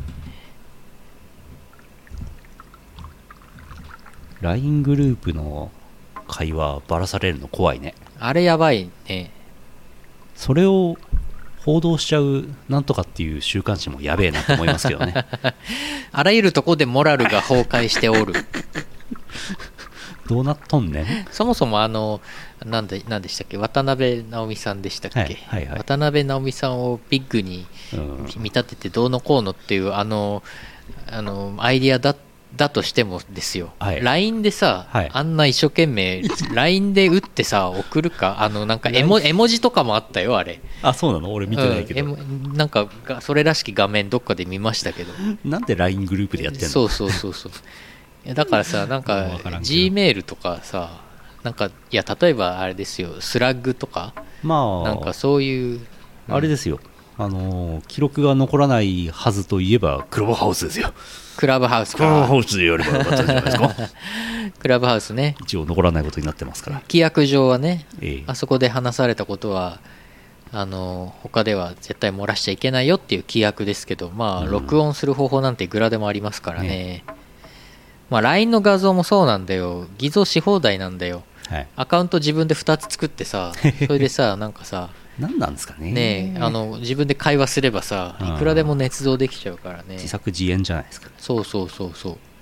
B: ライン グループの会話ばらされるの怖いね。
A: あれやばいね。
B: それを報道しちゃうなんとかっていう週刊誌もやべえなと思いますけどね。
A: あらゆるとこでモラルが崩壊しておる。
B: どうなっとんねん。
A: そもそもあのなんでなんでしたっけ、渡辺直美さんでしたっけ、はいはいはい、渡辺直美さんをビッグに見立ててどうのこうのっていうあのあのアイディアだだとしてもですよ、はい、ライン でさ、はい、あんな一生懸命 ライン で打ってさ送るか。あのなんか絵文絵文字とかもあったよあれ。
B: あ、そうなの。俺見てないけど、
A: うん、なんかそれらしき画面どっかで見ましたけど。
B: なんで ライン グループでやってんの。
A: そうそうそうそう。だからさ、なんか G メールとかさ、なんかいや例えばあれですよ、スラッグとか、まあなんかそういう、
B: うん、あれですよ、あのー、記録が残らないはずといえばクラブハウスですよ。
A: クラブハウスか。
B: クラブハウスでやればよかったんじゃないですか。
A: クラブハウスね、
B: 一応残らないことになってますから。
A: 規約上はね、
B: ええ、
A: あそこで話されたことはあの他では絶対漏らしちゃいけないよっていう規約ですけど、まあ、うん、録音する方法なんていくらでもありますからね。ね、まあ、ライン の画像もそうなんだよ。偽造し放題なんだよ、はい、アカウント自分でふたつ作ってさ、それでさなんかさ
B: 何なんですかね。
A: ねえ、あの自分で会話すればさ、いくらでも捏造できちゃうからね。
B: 自作自演じゃないですか。
A: そうそうそう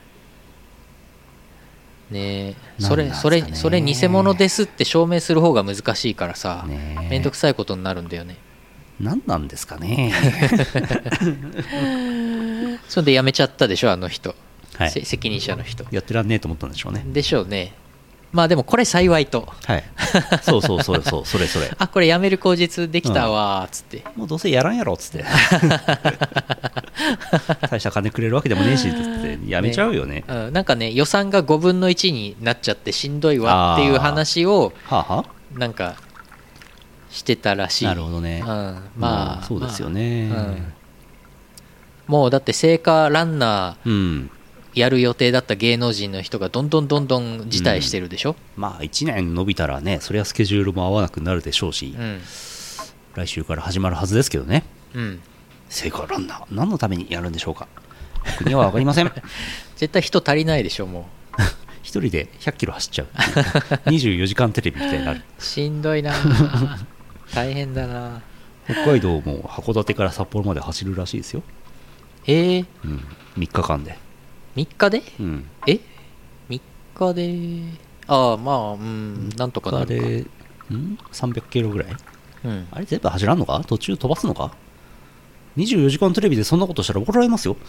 A: そうねえ、それそれそれ偽物ですって証明する方が難しいからさ、めんどくさいことになるんだよね。
B: 何なんですかね。
A: それでやめちゃったでしょあの人、
B: はい、
A: 責任者の人。
B: やってらんねえと思ったんでしょうね。
A: でしょうね。まあでもこれ幸いと、
B: はい、そうそうそうそう、それそれ。
A: あ、これやめる口実できたわっつって、
B: うん、もうどうせやらんやろっつって。大した金くれるわけでもねえしっつってやめちゃうよね。
A: ね、うん、なんかね予算がごぶんのいちになっちゃってしんどいわっていう話をなんかしてたらしい。
B: なるほどね、
A: うん、まあ、
B: うん、そうですよね、
A: まあ、うん、もうだって聖火ランナー、うんやる予定だった芸能人の人がどんどんどんどん辞退してるでしょ、
B: うん、まあいちねん伸びたらね、そりゃスケジュールも合わなくなるでしょうし、うん、来週から始まるはずですけどね、うん、聖火ランナー何のためにやるんでしょうか。 僕には分かりません。
A: 絶対人足りないでしょもう
B: 一人でひゃっキロ走っちゃうにじゅうよじかんテレビみたいになる。
A: しんどいな大変だな。
B: 北海道も函館から札幌まで走るらしいですよ。
A: えー、
B: うん、みっかかんで。
A: みっかで、
B: うん、
A: えみっかで、ああまあうんなんとかなるか。みっかで
B: んさんびゃくキロぐらい、
A: うん、
B: あれ全部走らんのか、途中飛ばすのか。にじゅうよじかんテレビでそんなことしたら怒られますよ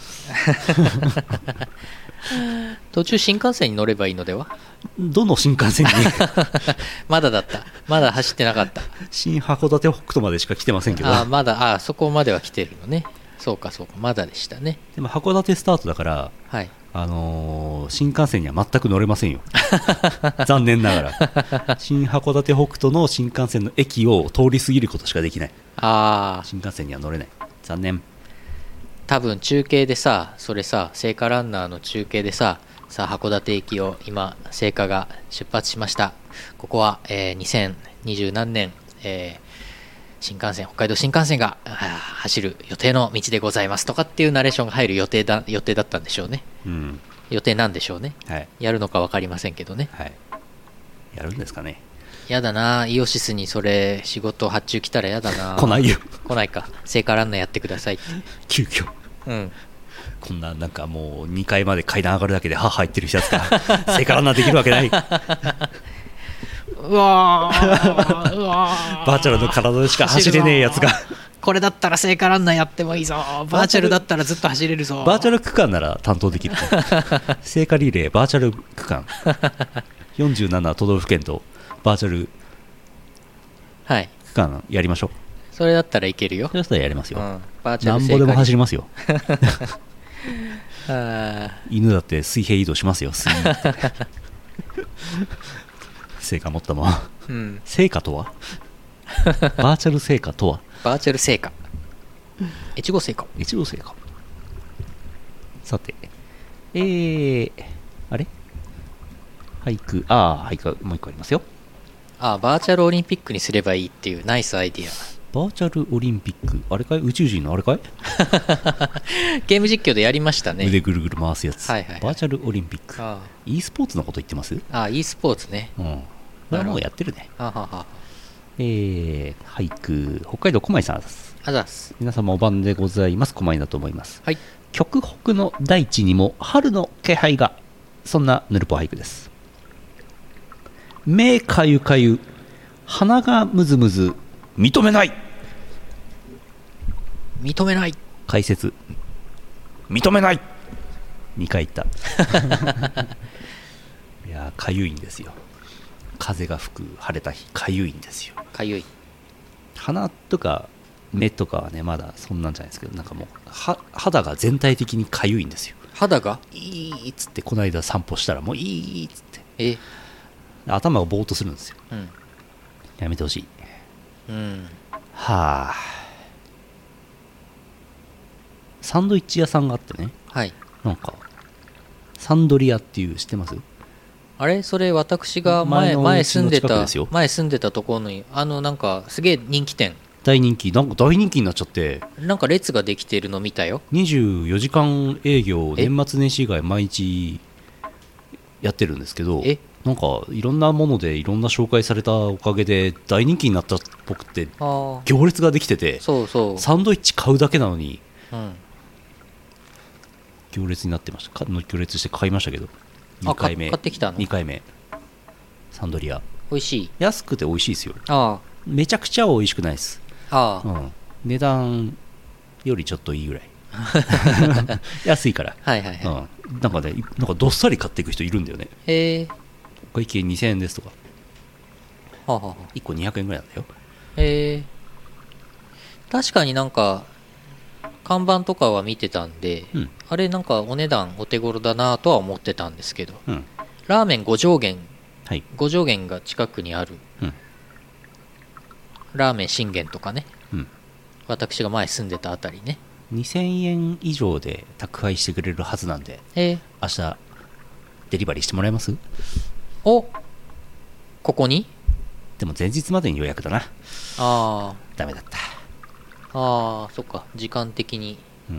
A: 途中新幹線に乗ればいいのでは。
B: どの新幹線に
A: まだだった、まだ走ってなかった。
B: 新函館北斗までしか来てませんけど。
A: あまだ、あそこまでは来てるのね。そうかそうか、まだでしたね。
B: でも函館スタートだから、
A: はい、
B: あのー、新幹線には全く乗れませんよ残念ながら新函館北斗の新幹線の駅を通り過ぎることしかできない。
A: あ
B: 新幹線には乗れない、残念。
A: 多分中継でさ、それさ、聖火ランナーの中継でさ、さあ函館駅を今聖火が出発しました、ここは、えー、にせんにじゅう何年、えー、新幹線北海道新幹線が走る予定の道でございますとかっていうナレーションが入る予定だ予定だったんでしょうね、うん、予定なんでしょうね、はい、やるのか分かりませんけどね、はい、
B: やるんですかね。
A: やだな、イオシスにそれ仕事発注来たらやだな。
B: 来ないよ。
A: 来ないか、聖火ランナーやってくださいって
B: 急遽、
A: うん、こ
B: んななんかもうにかいまで階段上がるだけで歯入ってる人だったら聖火ランナーできるわけない。
A: うわーうわー
B: バーチャルの体でしか走れねえやつが
A: これだったら聖火ランナーやってもいいぞ、バーチャルだったらずっと走れるぞ。
B: バーチャル区間なら担当できる聖火リレーバーチャル区間よんじゅうなな都道府県とバーチャル区間やりましょう、はい、
A: それだったらいけるよ。
B: それだったらやりますよ、うん、
A: バーチャル
B: なんぼでも走りますよ
A: あ
B: 犬だって水平移動しますよ水聖火持ったまま、うん、聖火とはバーチャル聖火とは
A: バーチャル聖火越後聖火
B: 越後聖火。さてえー、あれ俳句、ああ俳句もう一個ありますよ。
A: ああバーチャルオリンピックにすればいいっていうナイスアイディア。
B: バーチャルオリンピック、あれかい、宇宙人のあれかい
A: ゲーム実況でやりましたね。
B: 腕ぐるぐる回すやつ、
A: はいはいはい、
B: バーチャルオリンピック。ああ e スポーツのこと言ってます。
A: ああ e スポーツね、うん、
B: これはもうやってるね。
A: ははは
B: えー、俳句北海道小舞さんです。
A: あざす。
B: 皆様お晩でございます。小舞だと思います、
A: はい、
B: 極北の大地にも春の気配が、そんなヌルポ俳句です。目かゆかゆ鼻がむずむず認めない
A: 認めない
B: 解説認めないにかい言ったいやかゆいんですよ。風が吹く晴れた日かゆいんですよ。
A: かゆい。
B: 鼻とか目とかはねまだそんなんじゃないですけど、なんかもうは肌が全体的にかゆいんですよ。
A: 肌が
B: いいっつって、この間散歩したらもういいっつって、
A: え
B: 頭がぼーっとするんですよ、うん、やめてほしい、うん、はあ。サンドイッチ屋さんがあってね、
A: はい、
B: なんかサンドリアっていう知ってます？
A: あれそれ私が前前住んでた前住んでたところにあのなんかすげえ人気店、
B: 大人気、なんか大人気になっちゃって、
A: なんか列ができてるの見たよ。
B: にじゅうよじかん営業、年末年始以外毎日やってるんですけど、
A: え
B: なんかいろんなものでいろんな紹介されたおかげで大人気になったっぽくて、行列ができてて、
A: そうそう
B: サンドイッチ買うだけなのに、
A: うん、
B: 行列になってました。行列して買いましたけど、にかいめ
A: 買ってきたの。
B: にかいめサンドリア
A: 美味しい。
B: 安くて美味しいですよ。
A: ああ
B: めちゃくちゃ美味しくないです。
A: ああ、
B: うん、値段よりちょっといいぐらい安いから、
A: はいはいはい、
B: うん、なんかね、なんかどっさり買っていく人いるんだよね。
A: へえ。
B: お会計にせんえんですとか、
A: はあはあ、
B: いっこにひゃくえんぐらいなんだよ。
A: へえ。確かになんか看板とかは見てたんで、うん、あれなんかお値段お手頃だなとは思ってたんですけど、うん、ラーメンご上限、はい、ご上限が近くにある、うん、ラーメン信玄とかね、うん、私が前住んでたあたりね、
B: にせんえん以上で宅配してくれるはずなんで、
A: えー、
B: 明日デリバリーしてもらえます？
A: お、ここに？
B: でも前日までに予約だな。あ
A: あ、
B: ダメだった。
A: ああ、そっか、時間的に。
B: うん、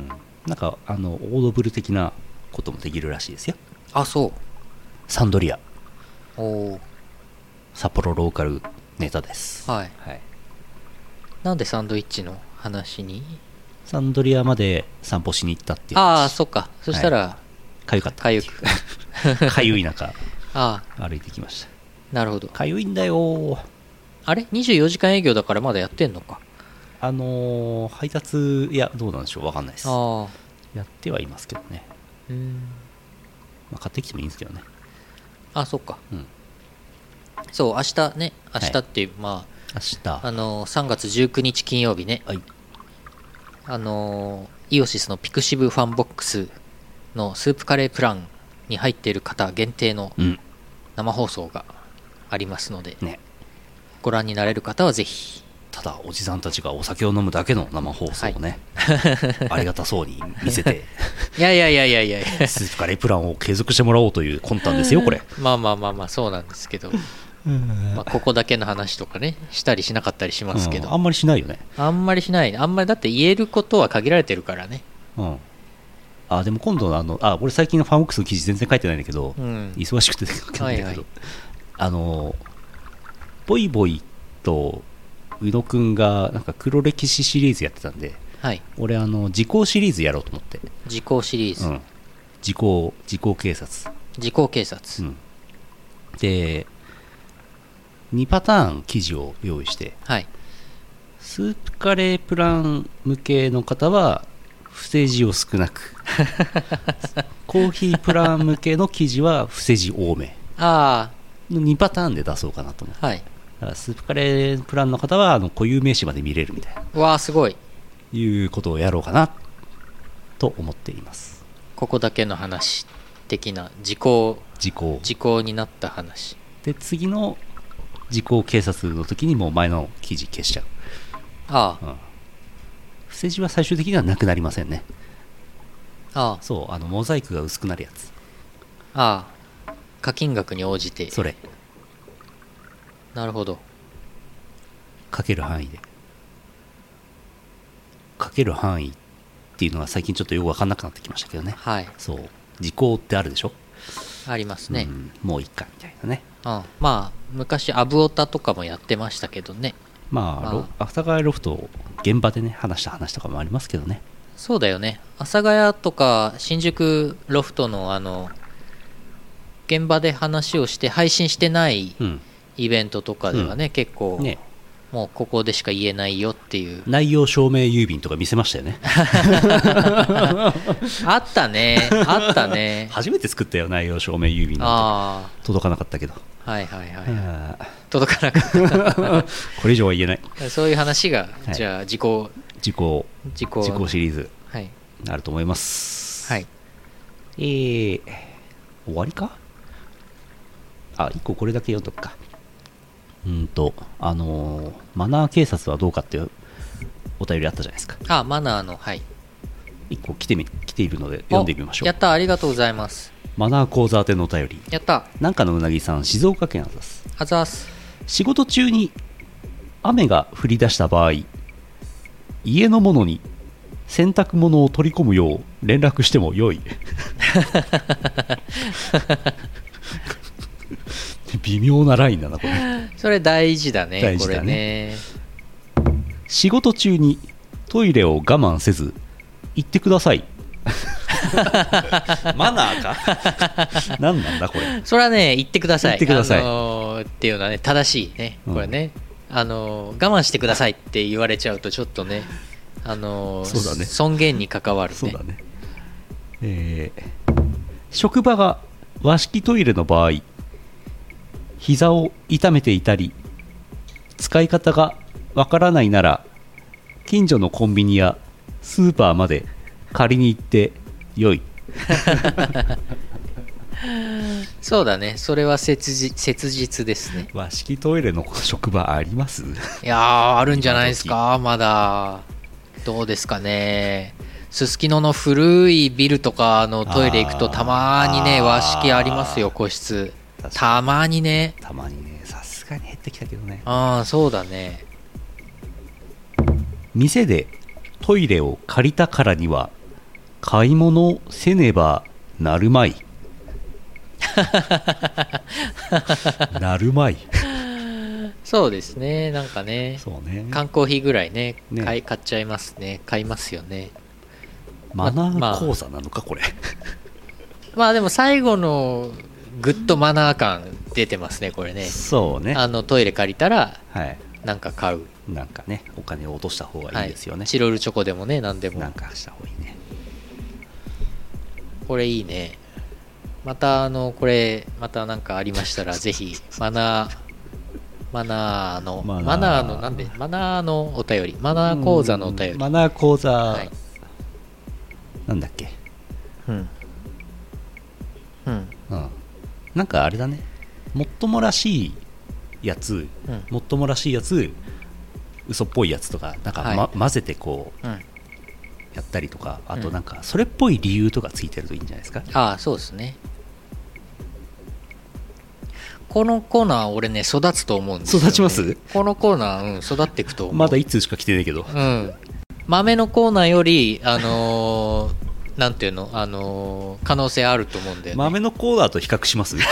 B: なんかあのオードブル的なこともできるらしいですよ。
A: あ、そう
B: サンドリア。
A: お
B: 札幌ローカルネタです。
A: はい、はい、なんでサンドイッチの話に。
B: サンドリアまで散歩しに行ったっていう話。
A: ああ、そっか。そしたら
B: かゆかった
A: かゆく
B: かゆい中
A: あ
B: 歩いてきました。
A: なるほど。
B: かゆいんだよ。
A: あれにじゅうよじかん営業だからまだやってんのか。
B: あのー、配達、いやどうなんでしょう、分かんないです。
A: あ
B: やってはいますけどね。
A: うん、
B: まあ、買ってきてもいいんですけどね。
A: あ、そっか、
B: うん、
A: そう明日ね、明日っていう、はい、まあ
B: 明日
A: あのー、さんがつじゅうくにち金曜日ね、
B: はい、
A: あのー、イオシスのピクシブファンボックスのスープカレープランに入っている方限定の生放送がありますので、
B: うんね、
A: ご覧になれる方はぜひ。
B: ただおじさんたちがお酒を飲むだけの生放送をね、はい、ありがたそうに見せて
A: いやいやいやいやいや
B: スープカレープランを継続してもらおうという魂胆ですよこれ。
A: まあまあまあまあそうなんですけどまあここだけの話とかねしたりしなかったりしますけど、
B: うん、あんまりしないよね。
A: あんまりしない。あんまりだって言えることは限られてるからね。
B: うん。あ、でも今度のあのあ俺最近のファンボックスの記事全然書いてないんだけど、うん、忙しくて書けないんだけど、はいはい、あのボイボイと宇野くんがなんか黒歴史シリーズやってたんで、はい、俺あの時効シリーズやろうと思って。
A: 時効シリーズ、うん、
B: 時効時効警察
A: 時効警察、うん、
B: でにパターン記事を用意して、はい、スープカレープラン向けの方は不正字を少なくコーヒープラン向けの記事は不正字多めあのにパターンで出そうかなと思って、はい、だからスープカレープランの方はあの固有名詞まで見れるみたいな、
A: わあすごい
B: いうことをやろうかなと思っています。
A: ここだけの話的な時効
B: 時効
A: 時効になった話
B: で、次の時効警察の時にもう前の記事消しちゃう。ああ、うん、不正字は最終的にはなくなりませんね。ああ、そうあのモザイクが薄くなるやつ。
A: ああ、課金額に応じて。
B: それ
A: なるほど。
B: かける範囲でかける範囲っていうのは最近ちょっとよく分かんなくなってきましたけどね。はい、そう時効ってあるでしょ。
A: ありますね、
B: うん、もういっかみたいなね。
A: うん、まあ昔アブオタとかもやってましたけどね。
B: まあ、ああ阿佐ヶ谷ロフト現場でね話した話とかもありますけどね。
A: そうだよね。阿佐ヶ谷とか新宿ロフトのあの現場で話をして配信してないイベントとかではね、うん、結構ね、もうここでしか言えないよっていう
B: 内容証明郵便とか見せましたよね
A: あったねあったね
B: 初めて作ったよ内容証明郵便なんて。届かなかったけど。
A: はいはいはい、届かなかった
B: これ以上は言えない。
A: そういう話が、はい、じゃあ時効
B: 時効
A: 時効
B: 時効シリーズ、
A: はい、
B: あると思います。はい。えー、終わりか。あ、いっここれだけ読んどくか。うんとあのー、マナー警察はどうかっていうお便りあったじゃないですか。
A: あ、マナーの、はい、
B: いっこ来てみ来ているので読んでみましょう。
A: やった、ありがとうございます。
B: マナー講座宛てのお便り。
A: やった。
B: なんかのうなぎさん、静岡県あざす。
A: あざす。
B: 仕事中に雨が降り出した場合、家の者に洗濯物を取り込むよう連絡してもよい微妙なラインだなこれ。
A: それ大事だね。
B: 大事だね。
A: これね。
B: 仕事中にトイレを我慢せず行ってくださいマナーか何なんだこれ。
A: それはね、言ってください。
B: 言ってください、
A: あのー、っていうのはね正しいねこれね、うん、あのー、我慢してくださいって言われちゃうとちょっとね、あのー、そうだね、尊厳に関わるね。
B: そうだね、えー、職場が和式トイレの場合、膝を痛めていたり使い方がわからないなら近所のコンビニやスーパーまで借りに行ってよい
A: そうだね、それは切実、切実ですね。
B: 和式トイレの職場あります？
A: いやー、あるんじゃないですか。まだどうですかね。すすきのの古いビルとかのトイレ行くとたまにね和式ありますよ。個室たまにね
B: たまにね、さすがに減ってきたけどね。
A: ああ、そうだね。
B: 店でトイレを借りたからには買い物せねばなるまいなるまい
A: そうですね、なんかね、
B: そうね、
A: 缶コーヒーぐらい ね,
B: ね
A: 買い買っちゃいますね、買いますよね。
B: マナー講座なのかこれ。
A: まあでも最後のグッとマナー感出てますねこれね。
B: そうね、
A: あのトイレ借りたら
B: はい、
A: なんか買う、
B: なんかねお金を落とした方がいいですよね、
A: はい、チロルチョコでもね何でも
B: なんかした方がいいね。
A: これいいね。またあのこれまたなんかありましたらぜひマナーマナーのマナー、マナーのなんでマナーのお便り、マナー講座のお便り、
B: マナー講座、
A: はい、
B: なんだっけ、
A: うんうん
B: うん、なんかあれだね、もっともらしいやつ、うん、もっともらしいやつ、嘘っぽいやつとかなんか、まはい、混ぜてこう、うん、やったりとか、あとなんかそれっぽい理由とかついてるといいんじゃないですか。
A: うん、ああそうですね。このコーナー俺ね育つと思うんですよ、ね、
B: 育ちます？
A: このコーナー、うん、育っていくと思う。
B: まだいつしか来てないけど、
A: うん、豆のコーナーよりあのー、なんていうの、あのー、可能性あると思うんで、ね、
B: 豆のコーナーと比較します比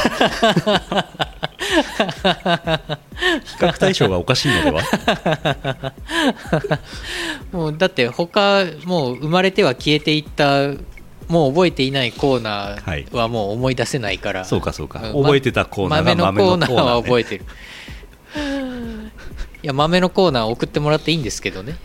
B: 較対象がおかしいのでは
A: もうだって他もう生まれては消えていったもう覚えていないコーナーはもう思い出せないから、はい、
B: そうかそうか、覚えてたコーナーが豆のコーナー、ね、
A: 豆のコーナーは覚えてるいや豆のコーナー送ってもらっていいんですけどね。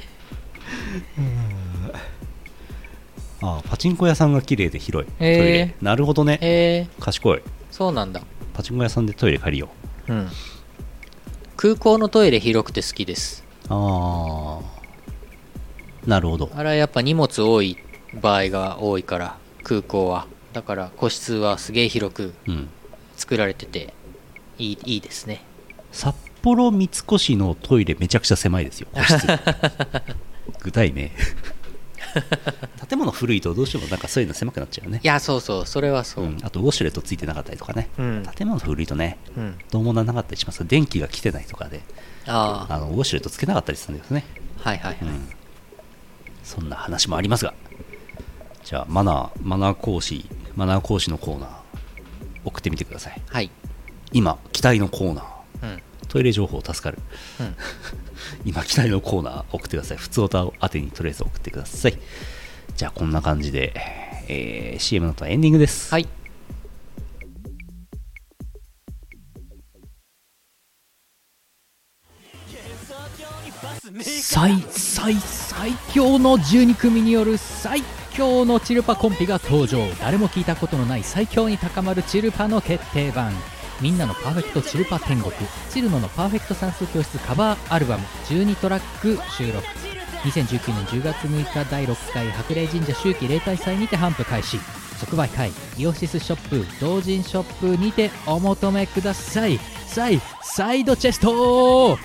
B: ああ、パチンコ屋さんが綺麗で広い、トイレ、なるほどね、
A: えー、
B: 賢い。
A: そうなんだ。
B: パチンコ屋さんでトイレ借りよ
A: う、うん、空港のトイレ広くて好きです。
B: ああ、なるほど。
A: あれはやっぱ荷物多い場合が多いから空港は、だから個室はすげえ広く作られてていい、うん、いいですね。
B: 札幌三越のトイレめちゃくちゃ狭いですよ、個室具体名建物古いとどうしてもなんかそういうの狭くなっちゃうね。
A: いやそうそう、それはそう、うん、
B: あとウォシュレットついてなかったりとかね、うん、建物古いとね、うん、どうもならなかったりします。電気が来てないとかで、ああのウォシュレットつけなかったりするんですね。
A: はいはいはい、うん、
B: そんな話もありますが、じゃあマナーマナー講師マナー講師のコーナー送ってみてください。
A: はい、
B: 今期待のコーナー、うん、トイレ情報助かる、
A: うん、
B: 今期待のコーナー送ってください。普通歌を当てにとりあえず送ってください。じゃあこんな感じで、えー、シーエム の後はエンディングです。
A: はい。
D: 最最最強のじゅうに組による最強のチルパコンビが登場。誰も聞いたことのない最強に高まるチルパの決定版。みんなのパーフェクトチルパ天国、チルノのパーフェクト算数教室カバーアルバムじゅうにトラック収録。にせんじゅうきゅうねんじゅうがつむいかだいろっかい白麗神社秋季例大祭にて頒布開始。即売会イオシスショップ同人ショップにてお求めください。サイサイドチェスト。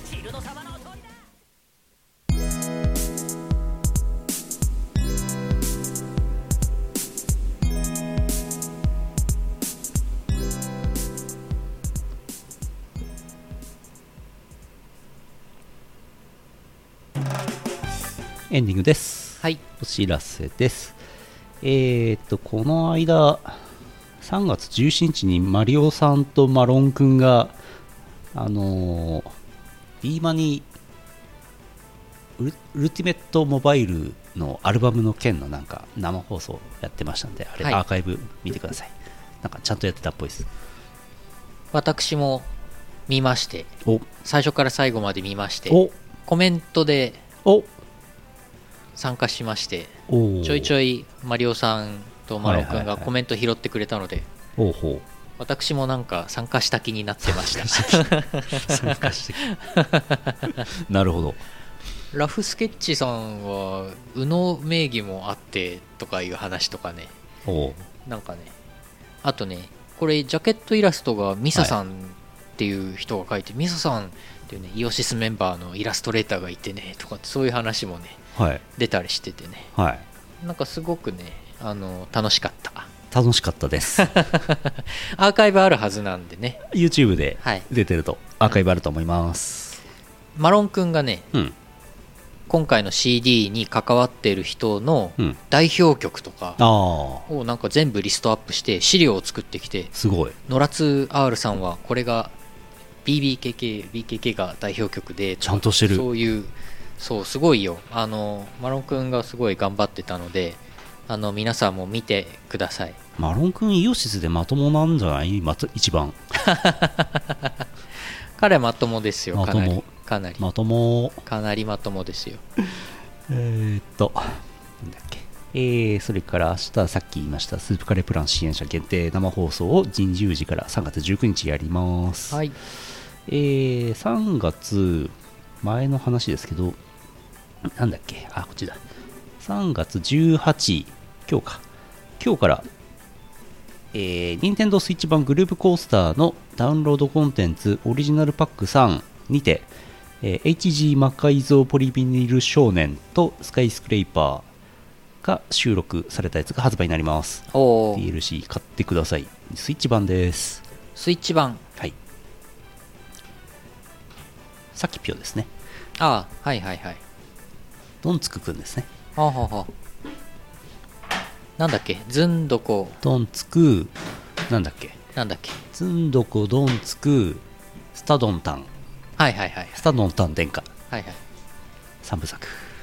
B: エンディングです。
A: はい。
B: お知らせです。えーと、この間、さんがつじゅうしちにちにマリオさんとマロンくんが、あのー、D マニウル、ウルティメットモバイルのアルバムの件のなんか生放送やってましたんで、あれ、はい、アーカイブ見てください。なんかちゃんとやってたっぽいです。
A: 私も見まして、
B: お
A: 最初から最後まで見まして、
B: お
A: コメントで、
B: お
A: 参加しまして、ちょいちょいマリオさんとマロン君がコメント拾ってくれたので、
B: はいはいはい、
A: 私もなんか参加した気になってました
B: 参加してなるほど。
A: ラフスケッチさんは宇野名義もあってとかいう話とかね、
B: お
A: なんかね、あとね、これジャケットイラストがミサさんっていう人が描いて、はい、ミサさんっていうねイオシスメンバーのイラストレーターがいてねとかって、そういう話もね、はい、出たりしててね、
B: はい、
A: なんかすごくね、あの楽しかった
B: 楽しかったですア
A: ーカイブあるはずなんでね、
B: YouTube で出てるとアーカイブあると思います、
A: うん、マロンくんがね、
B: うん、
A: 今回の シーディー に関わっている人の代表曲とかをなんか全部リストアップして資料を作ってきて、
B: すごい。
A: ノラツ アール さんはこれが ビービーケーケー、ビーケーケー が代表曲で、
B: ちゃんとしてる。
A: そういう、そうすごいよ。あのマロンくんがすごい頑張ってたので、あの皆さんも見てください。
B: マロンくんイオシスでまともなんじゃない？また一番。
A: 彼はまともですよ。
B: まとも。
A: かなりかなり
B: まとも。
A: かなりまともですよ。
B: えーっとなんだっけ。えー、それから明日さっき言いましたスープカレープラン支援者限定生放送をじゅうじからさんがつじゅうくにちやります。
A: はい。
B: えー、さんがつ前の話ですけど、なんだっけ、あ、こっちだ。さんがつじゅうはち、今日か。今日から、えー、Nintendo Switch 版グループコースターのダウンロードコンテンツオリジナルパックさんにて、えー、エイチジー 魔改造ポリビニル少年とスカイスクレイパーが収録されたやつが発売になります。
A: おー。
B: ディーエルシー 買ってください。スイッチ版です。
A: スイッチ版。
B: はい。さっきピョですね。
A: ああ、はいはいはい。
B: ドンツクくんですね。
A: はあはあはあ。なんだっけ、ずんどこ。
B: ドンツク、なんだっけ。
A: なんだっけ。
B: ずんどこ、ドンツク、スタドンタン。
A: はいはいはい。
B: スタドンタン殿下。
A: はいはい。
B: 三部作。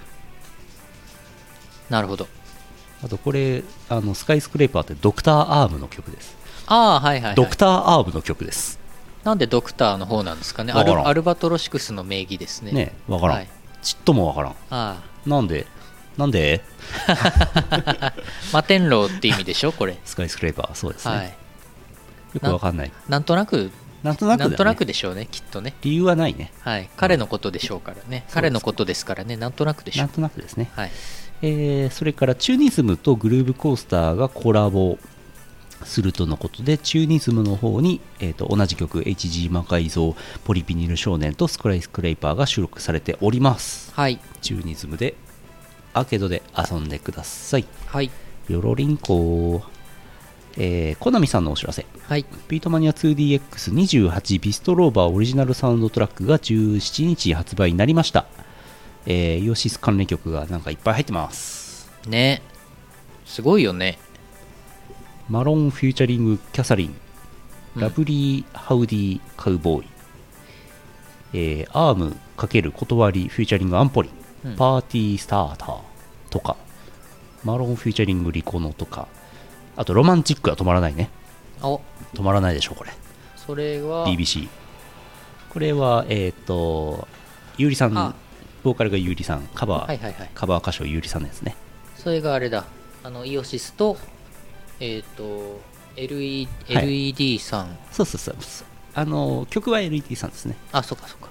A: なるほど。
B: あとこれ、あのスカイスクレーパーってドクターアームの曲です。
A: ああ、はいはい、はい。
B: ドクターアームの曲です。
A: なんでドクターの方なんですかね。アル、アルバトロシクスの名義ですね。
B: ねえ、わからん、はい。ちっともわからん。あ
A: あ。
B: なんでなんで
A: 摩天楼って意味でしょこれ。
B: スカイスクレーパー、そうですね。はい、よくわかんない。
A: な。なんとなく、
B: なんとなく、ね、
A: なんとなくでしょうね、きっとね。
B: 理由はないね。
A: はい。彼のことでしょうからね。うん、彼のことですからね。なんとなくでしょう。
B: なんとなくですね。
A: はい。
B: えー、それからチューニズムとグルーブコースターがコラボするとのことで、チューニズムの方に、えー、と同じ曲 エイチジー 魔改造ポリビニル少年とスクライスクレイパーが収録されております。
A: はい。
B: チューニズムでアーケードで遊んでください。
A: はい。
B: よろりんこ、えー、コナミさんのお知らせ。
A: はい。
B: ビートマニア ツーディーエックスにじゅうはち ビストローバーオリジナルサウンドトラックがじゅうしちにち発売になりました。えー、イオシス関連曲がなんかいっぱい入ってます
A: ね。すごいよね。
B: マロンフューチャリングキャサリン、うん、ラブリーハウディカウボーイ、えー、アーム×断りフューチャリングアンポリン、うん、パーティースターターとか、マロンフューチャリングリコノとか、あとロマンチックは止まらないね。
A: お、
B: 止まらないでしょこれ。
A: それは
B: ビービーシー。 これはえっ、ー、とゆうりさん、ボーカルがゆうりさん、カバー、はいはいはい、カバー歌手ゆうりさんのやつね。
A: それがあれだ、あのイオシスとえっ、ー、と エルイーディー、はい、エルイーディー さん。
B: そうそうそう、あの曲は エルイーディー さんですね。
A: あ、そっかそっか。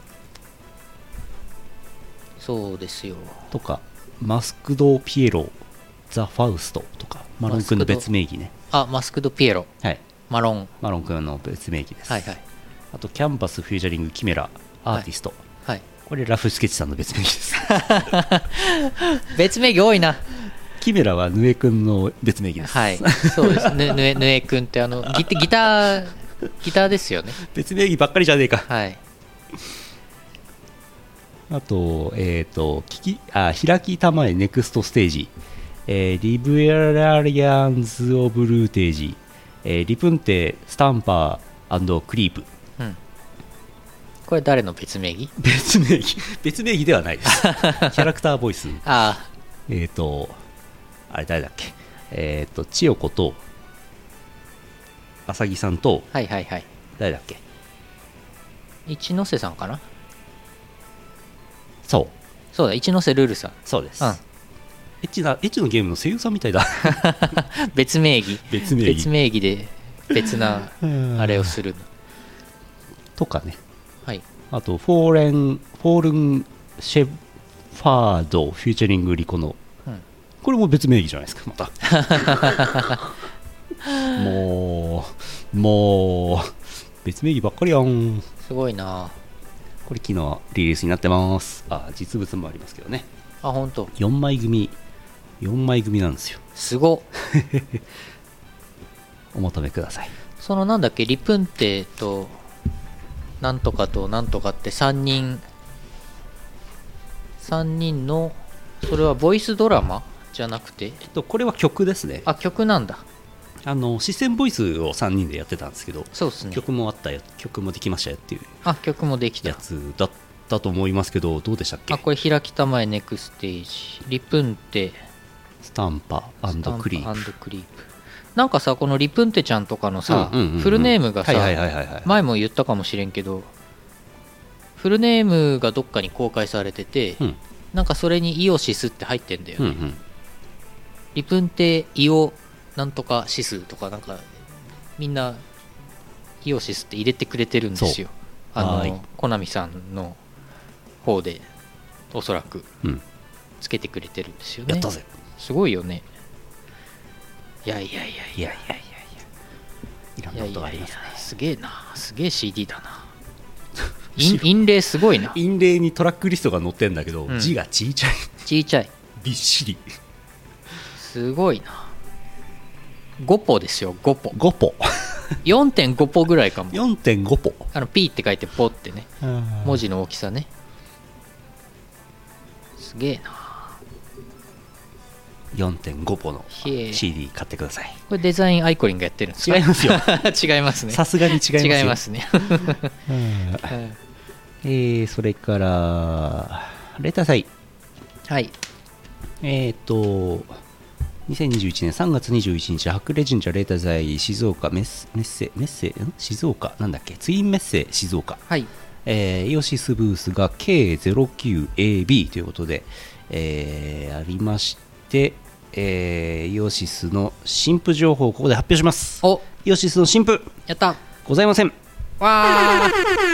A: そうですよ。
B: とかマスクドピエロ、ザ・ファウストとか、マロン君の別名義ね。
A: あ、マスクドピエロ、
B: はい、
A: マロン
B: マロン君の別名義です。
A: はいはい。
B: あとキャンバスフューチャリングキメラアーティスト、
A: はい、はい、
B: これラフスケッチさんの別名義です
A: 別名義多いな。
B: キメラはヌエ君の別名義です。
A: はい、そうですね。ヌエ、ヌエ君ってあの ギ, ギターギターですよね。
B: 別名義ばっかりじゃねえか。
A: はい。
B: あと、えっ、ー、と、ききあ開きたまえネクストステージ、えー、リブラリアンズ・オブ・ルーテージ、えー、リプンテ、スタンパー&クリープ。
A: うん。これ誰の別名義？
B: 別名義、別名義ではないです。キャラクターボイス。
A: ああ。
B: えっ、ー、と、あれ誰だっけ？えっ、ー、と、千代子と、浅木さんと、
A: はいはいはい。
B: 誰だっけ？
A: 一ノ瀬さんかな？
B: そう
A: そうだ、一ノ瀬ルルさん。
B: そうです、うん、エッチなエッチのゲームの声優さんみたいだ
A: 別名義
B: 別名義
A: 別名義で別なあれをする
B: とかね。
A: はい。あ
B: とフォーレンフォールンシェファードフューチャリングリコの、うん、これも別名義じゃないですかまたもうもう別名義ばっかりやん。
A: すごいな。
B: これ昨日リリースになってます。あ、実物もありますけどね。
A: あ、本当。
B: よんまい組よんまい組なんですよ。
A: すごっ
B: お求めください。
A: そのなんだっけ、リプンテとなんとかとなんとかってさんにんさんにんのそれはボイスドラマじゃなくて、
B: えっと、これは曲ですね。
A: あ、曲なんだ。
B: あのシステムボイスをさんにんでやってたんですけど、
A: そうですね、
B: 曲もあったよ、曲もできましたよっていう
A: あ、曲もできた
B: やつだったと思いますけど、どうでしたっけ。
A: あ、これ開きたまえネクステージリプンテ
B: スタンパークリープ
A: クリープなんかさ、このリプンテちゃんとかのさ、
B: うんうんうんうん、
A: フルネームがさ、
B: はいはいはいはいはい、
A: 前も言ったかもしれんけど、フルネームがどっかに公開されてて、うん、なんかそれにイオシスって入ってんだよね、うんうん、リプンテイオなんとかシスとか、なんかみんなイオシスって入れてくれてるんですよ。あのコナミさんの方でおそらくつけてくれてるんですよね、
B: やったぜ、
A: すごいよね。いやいやいやいやいやいやいや
B: いろんなことがありますね。
A: すげえな、すげえ シーディー だな。印霊すごいな。
B: 印霊にトラックリストが載ってんだけど、うん、字がちいちゃい
A: ちいちゃい
B: びっしり、
A: すごいな。ご歩ですよ、ご歩
B: ご歩
A: よんてんご 歩ぐらいかも。
B: よんてんご 歩、
A: あの P って書いてポってね、文字の大きさね。すげえな。
B: よんてんご 歩の シーディー 買ってください。
A: これデザインアイコリンがやってるんですか。
B: 違いますよ
A: 違いますね、
B: さすがに違いますよ。
A: 違いますね
B: えー、それからレター祭、
A: はい、
B: えっ、ー、とにせんにじゅういちねんさんがつにじゅういちにち白麗神社レター祭静岡メッセメッセメッセん静岡なんだっけツインメッセ静岡、
A: はい、
B: えー、イオシスブースが ケーゼロきゅうエービー ということで、えー、ありまして、えー、イオシスの新譜情報をここで発表します。
A: お、
B: イオシスの新譜
A: やった
B: ございません。
A: わー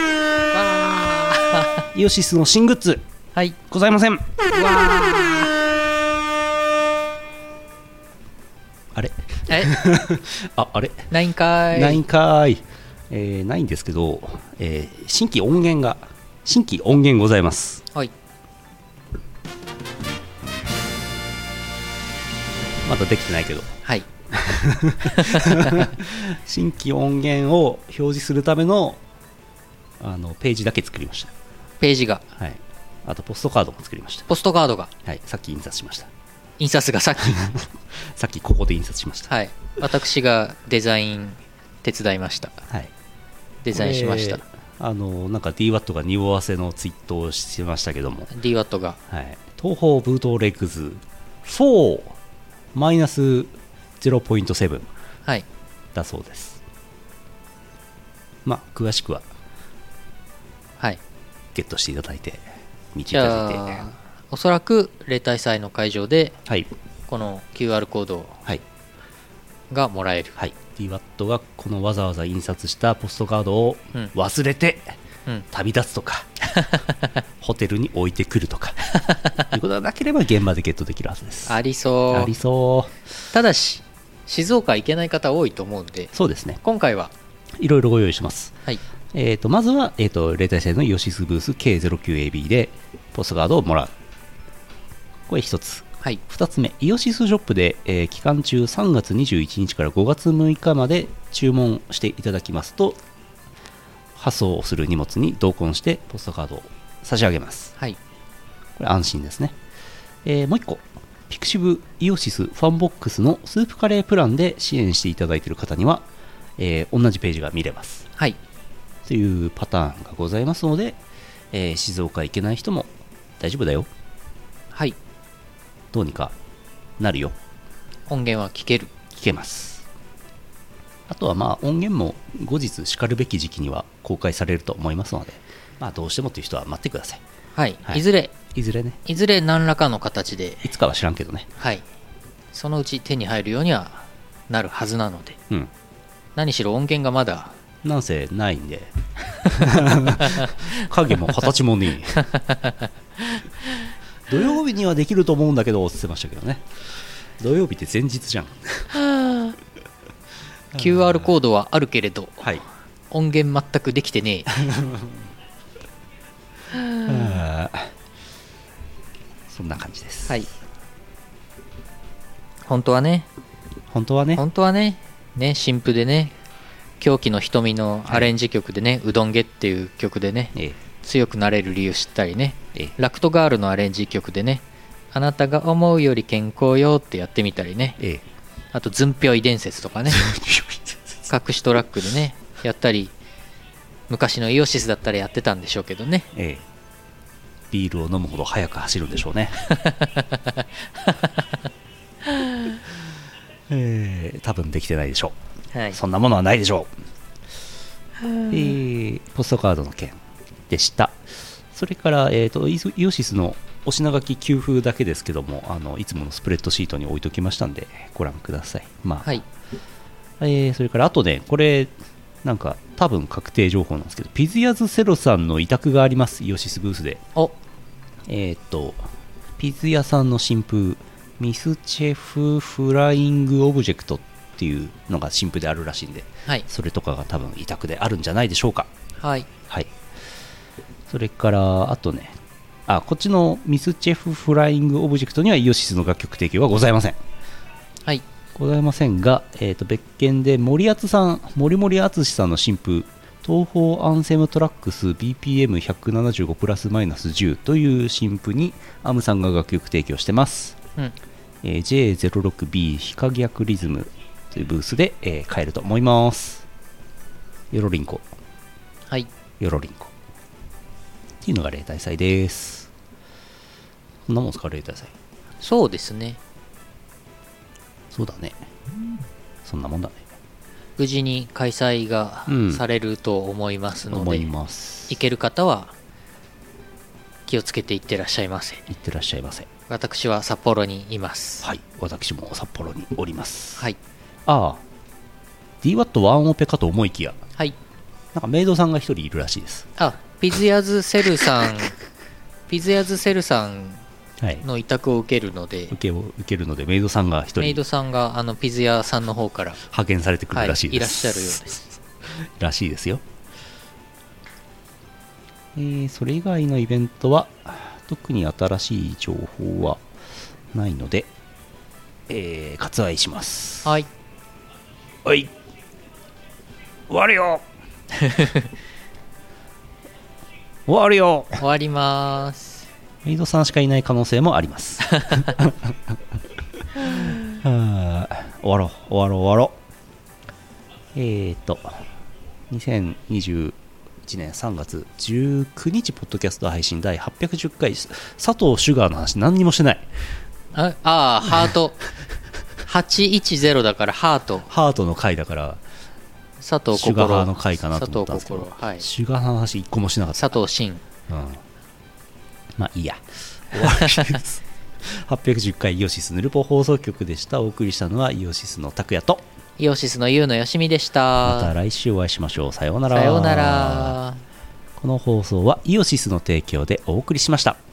B: イオシスの新グッズ、
A: はい、
B: ございません。わあれ
A: え
B: ああれ
A: ないんかーい
B: ないんかーい、えー、ないんですけど、えー、新規音源が新規音源ございます。
A: はい、
B: まだできてないけど、
A: はい
B: 新規音源を表示するためのあのページだけ作りました。
A: ページが、
B: はい、あとポストカードも作りました。
A: ポストカードが、
B: はい、さっき印刷しました。
A: 印刷がさっき
B: さっきここで印刷しました。
A: はい、私がデザイン手伝いました。はい、デザインしました。
B: あのなんか ディーワット が匂わせのツイートをしてましたけども、
A: ディーワット が、
B: はい、東方ブートレッグズフォーマイナス ゼロポイントセブン だそうです。まあ詳しくは
A: はい
B: ゲットしていただいて見ていただいて、
A: おそらく例大祭の会場で、
B: はい、
A: この キューアール コードがもらえる、
B: はい、ディーワット がこのわざわざ印刷したポストカードを忘れて旅立つとか、うん、ホテルに置いてくるとかいうことがなければ現場でゲットできるはずです。
A: ありそう
B: ありそう。
A: ただし静岡行けない方多いと思うんで、
B: そうですね、
A: 今回はい
B: ろいろご用意します。
A: はい、
B: えー、とまずは、えー、と例大祭のイオシスブース ケーゼロきゅうエービー でポストカードをもらう、これひとつ、
A: はい、
B: ふたつめ、イオシスショップで、えー、期間中さんがつにじゅういちにちからごがつむいかまで注文していただきますと、発送する荷物に同梱してポストカードを差し上げます。
A: はい、
B: これ安心ですね。えー、もういっこ、ピクシブイオシスファンボックスのスープカレープランで支援していただいている方には、えー、同じページが見れます。
A: はい、
B: というパターンがございますので、えー、静岡行けない人も大丈夫だよ。
A: はい、
B: どうにかなるよ。
A: 音源は聞ける。
B: 聞けます。あとはまあ音源も後日しかるべき時期には公開されると思いますので、まあどうしてもという人は待ってください。
A: はい、はい、いずれ
B: いずれね
A: いずれ何らかの形で、
B: いつかは知らんけどね、
A: はい、そのうち手に入るようにはなるはずなので、
B: うん、
A: 何しろ音源がまだ
B: なんせないんで影も形もねえ土曜日にはできると思うんだけどって言ってましたけどね。土曜日って前日じゃん
A: キューアール コードはあるけれど、
B: はい、
A: 音源全くできてねえ
B: そんな感じです。
A: はい、本当はね
B: 本当はね
A: 本当はねね新譜でね、狂気の瞳のアレンジ曲でね、はい、うどんげっていう曲でね、ええ、 強くなれる理由知ったりね、ラクトガールのアレンジ曲でね、あなたが思うより健康よってやってみたりね、ええ、あとズンピョイ伝説とかね隠しトラックでねやったり、昔のイオシスだったらやってたんでしょうけどね、ええ、
B: ビールを飲むほど速く走るんでしょうねえー、多分できてないでしょう、はい、そんなものはないでしょう、えー、ポストカードの件でした。それから、えーと、イオシスのお品書き給付だけですけども、あのいつものスプレッドシートに置いときましたんでご覧ください。まあ、はい、えー、それからあとね、これなんか多分確定情報なんですけど、ピズヤズセロさんの委託があります、イオシスブースで。おえっ、ー、とピズヤさんの新風ミスチェフフライングオブジェクトっていうのが新風であるらしいんで、はい、それとかが多分委託であるんじゃないでしょうか。はい、はい、それからあとね、あこっちのミスチェフフライングオブジェクトにはイオシスの楽曲提供はございません。はい、ございませんが、えー、と別件で森厚さん森森厚さんの新譜東宝アンセムトラックス ビーピーエムひゃくななじゅうご プラスマイナスじゅうという新譜にアムさんが楽曲提供してます、うんえー、ジェイゼロろくビー 非可逆リズムというブースで、えー、買えると思います。よろりんこ、はいよろりんこっていうのが例大祭です。こんなもんですか、例大祭。
A: そうですね、
B: そうだね、そんなもんだね。
A: 無事に開催がされると思いますので、うん、思います。行ける方は気をつけて行ってらっしゃいませ。
B: 行ってらっしゃいませ。
A: 私は札幌にいます。
B: はい、私も札幌におります。はい。ああ ディーワット ワンオペかと思いきや、はい、なんかメイドさんが一人いるらしいです。
A: あ、ピズヤズセルさんピズヤズセルさんの委託を受けるので、はい、受け
B: を受けるのでメイドさんが一人、
A: メイドさんがあのピズヤさんの方から
B: 派遣されてくるらしいです、
A: はい、いらっしゃるようです
B: らしいですよ。えー、それ以外のイベントは特に新しい情報はないので、えー、割愛します。はいはい終わるよ終わるよ
A: 終わります。
B: メイドさんしかいない可能性もありますはあ、終わろう終わろう終わろう。えーとにせんにじゅういちねんさんがつじゅうくにちポッドキャスト配信だいはっぴゃくじゅっかい佐藤シュガーの話何にもしてない。
A: ああハートはちいちゼロだからハート
B: ハートの回だから
A: 佐藤心
B: シュガーの回かなと思ったんですけど、はい、シュガーの話一個もしなかった。
A: 佐藤真、うん、
B: まあいいや終わりですはっぴゃくじゅっかいイオシスヌルポ放送局でした。お送りしたのはイオシスの拓也と
A: イオシスのユウのよしみでした。
B: また来週お会いしましょう。さようなら。
A: さようなら。
B: この放送はイオシスの提供でお送りしました。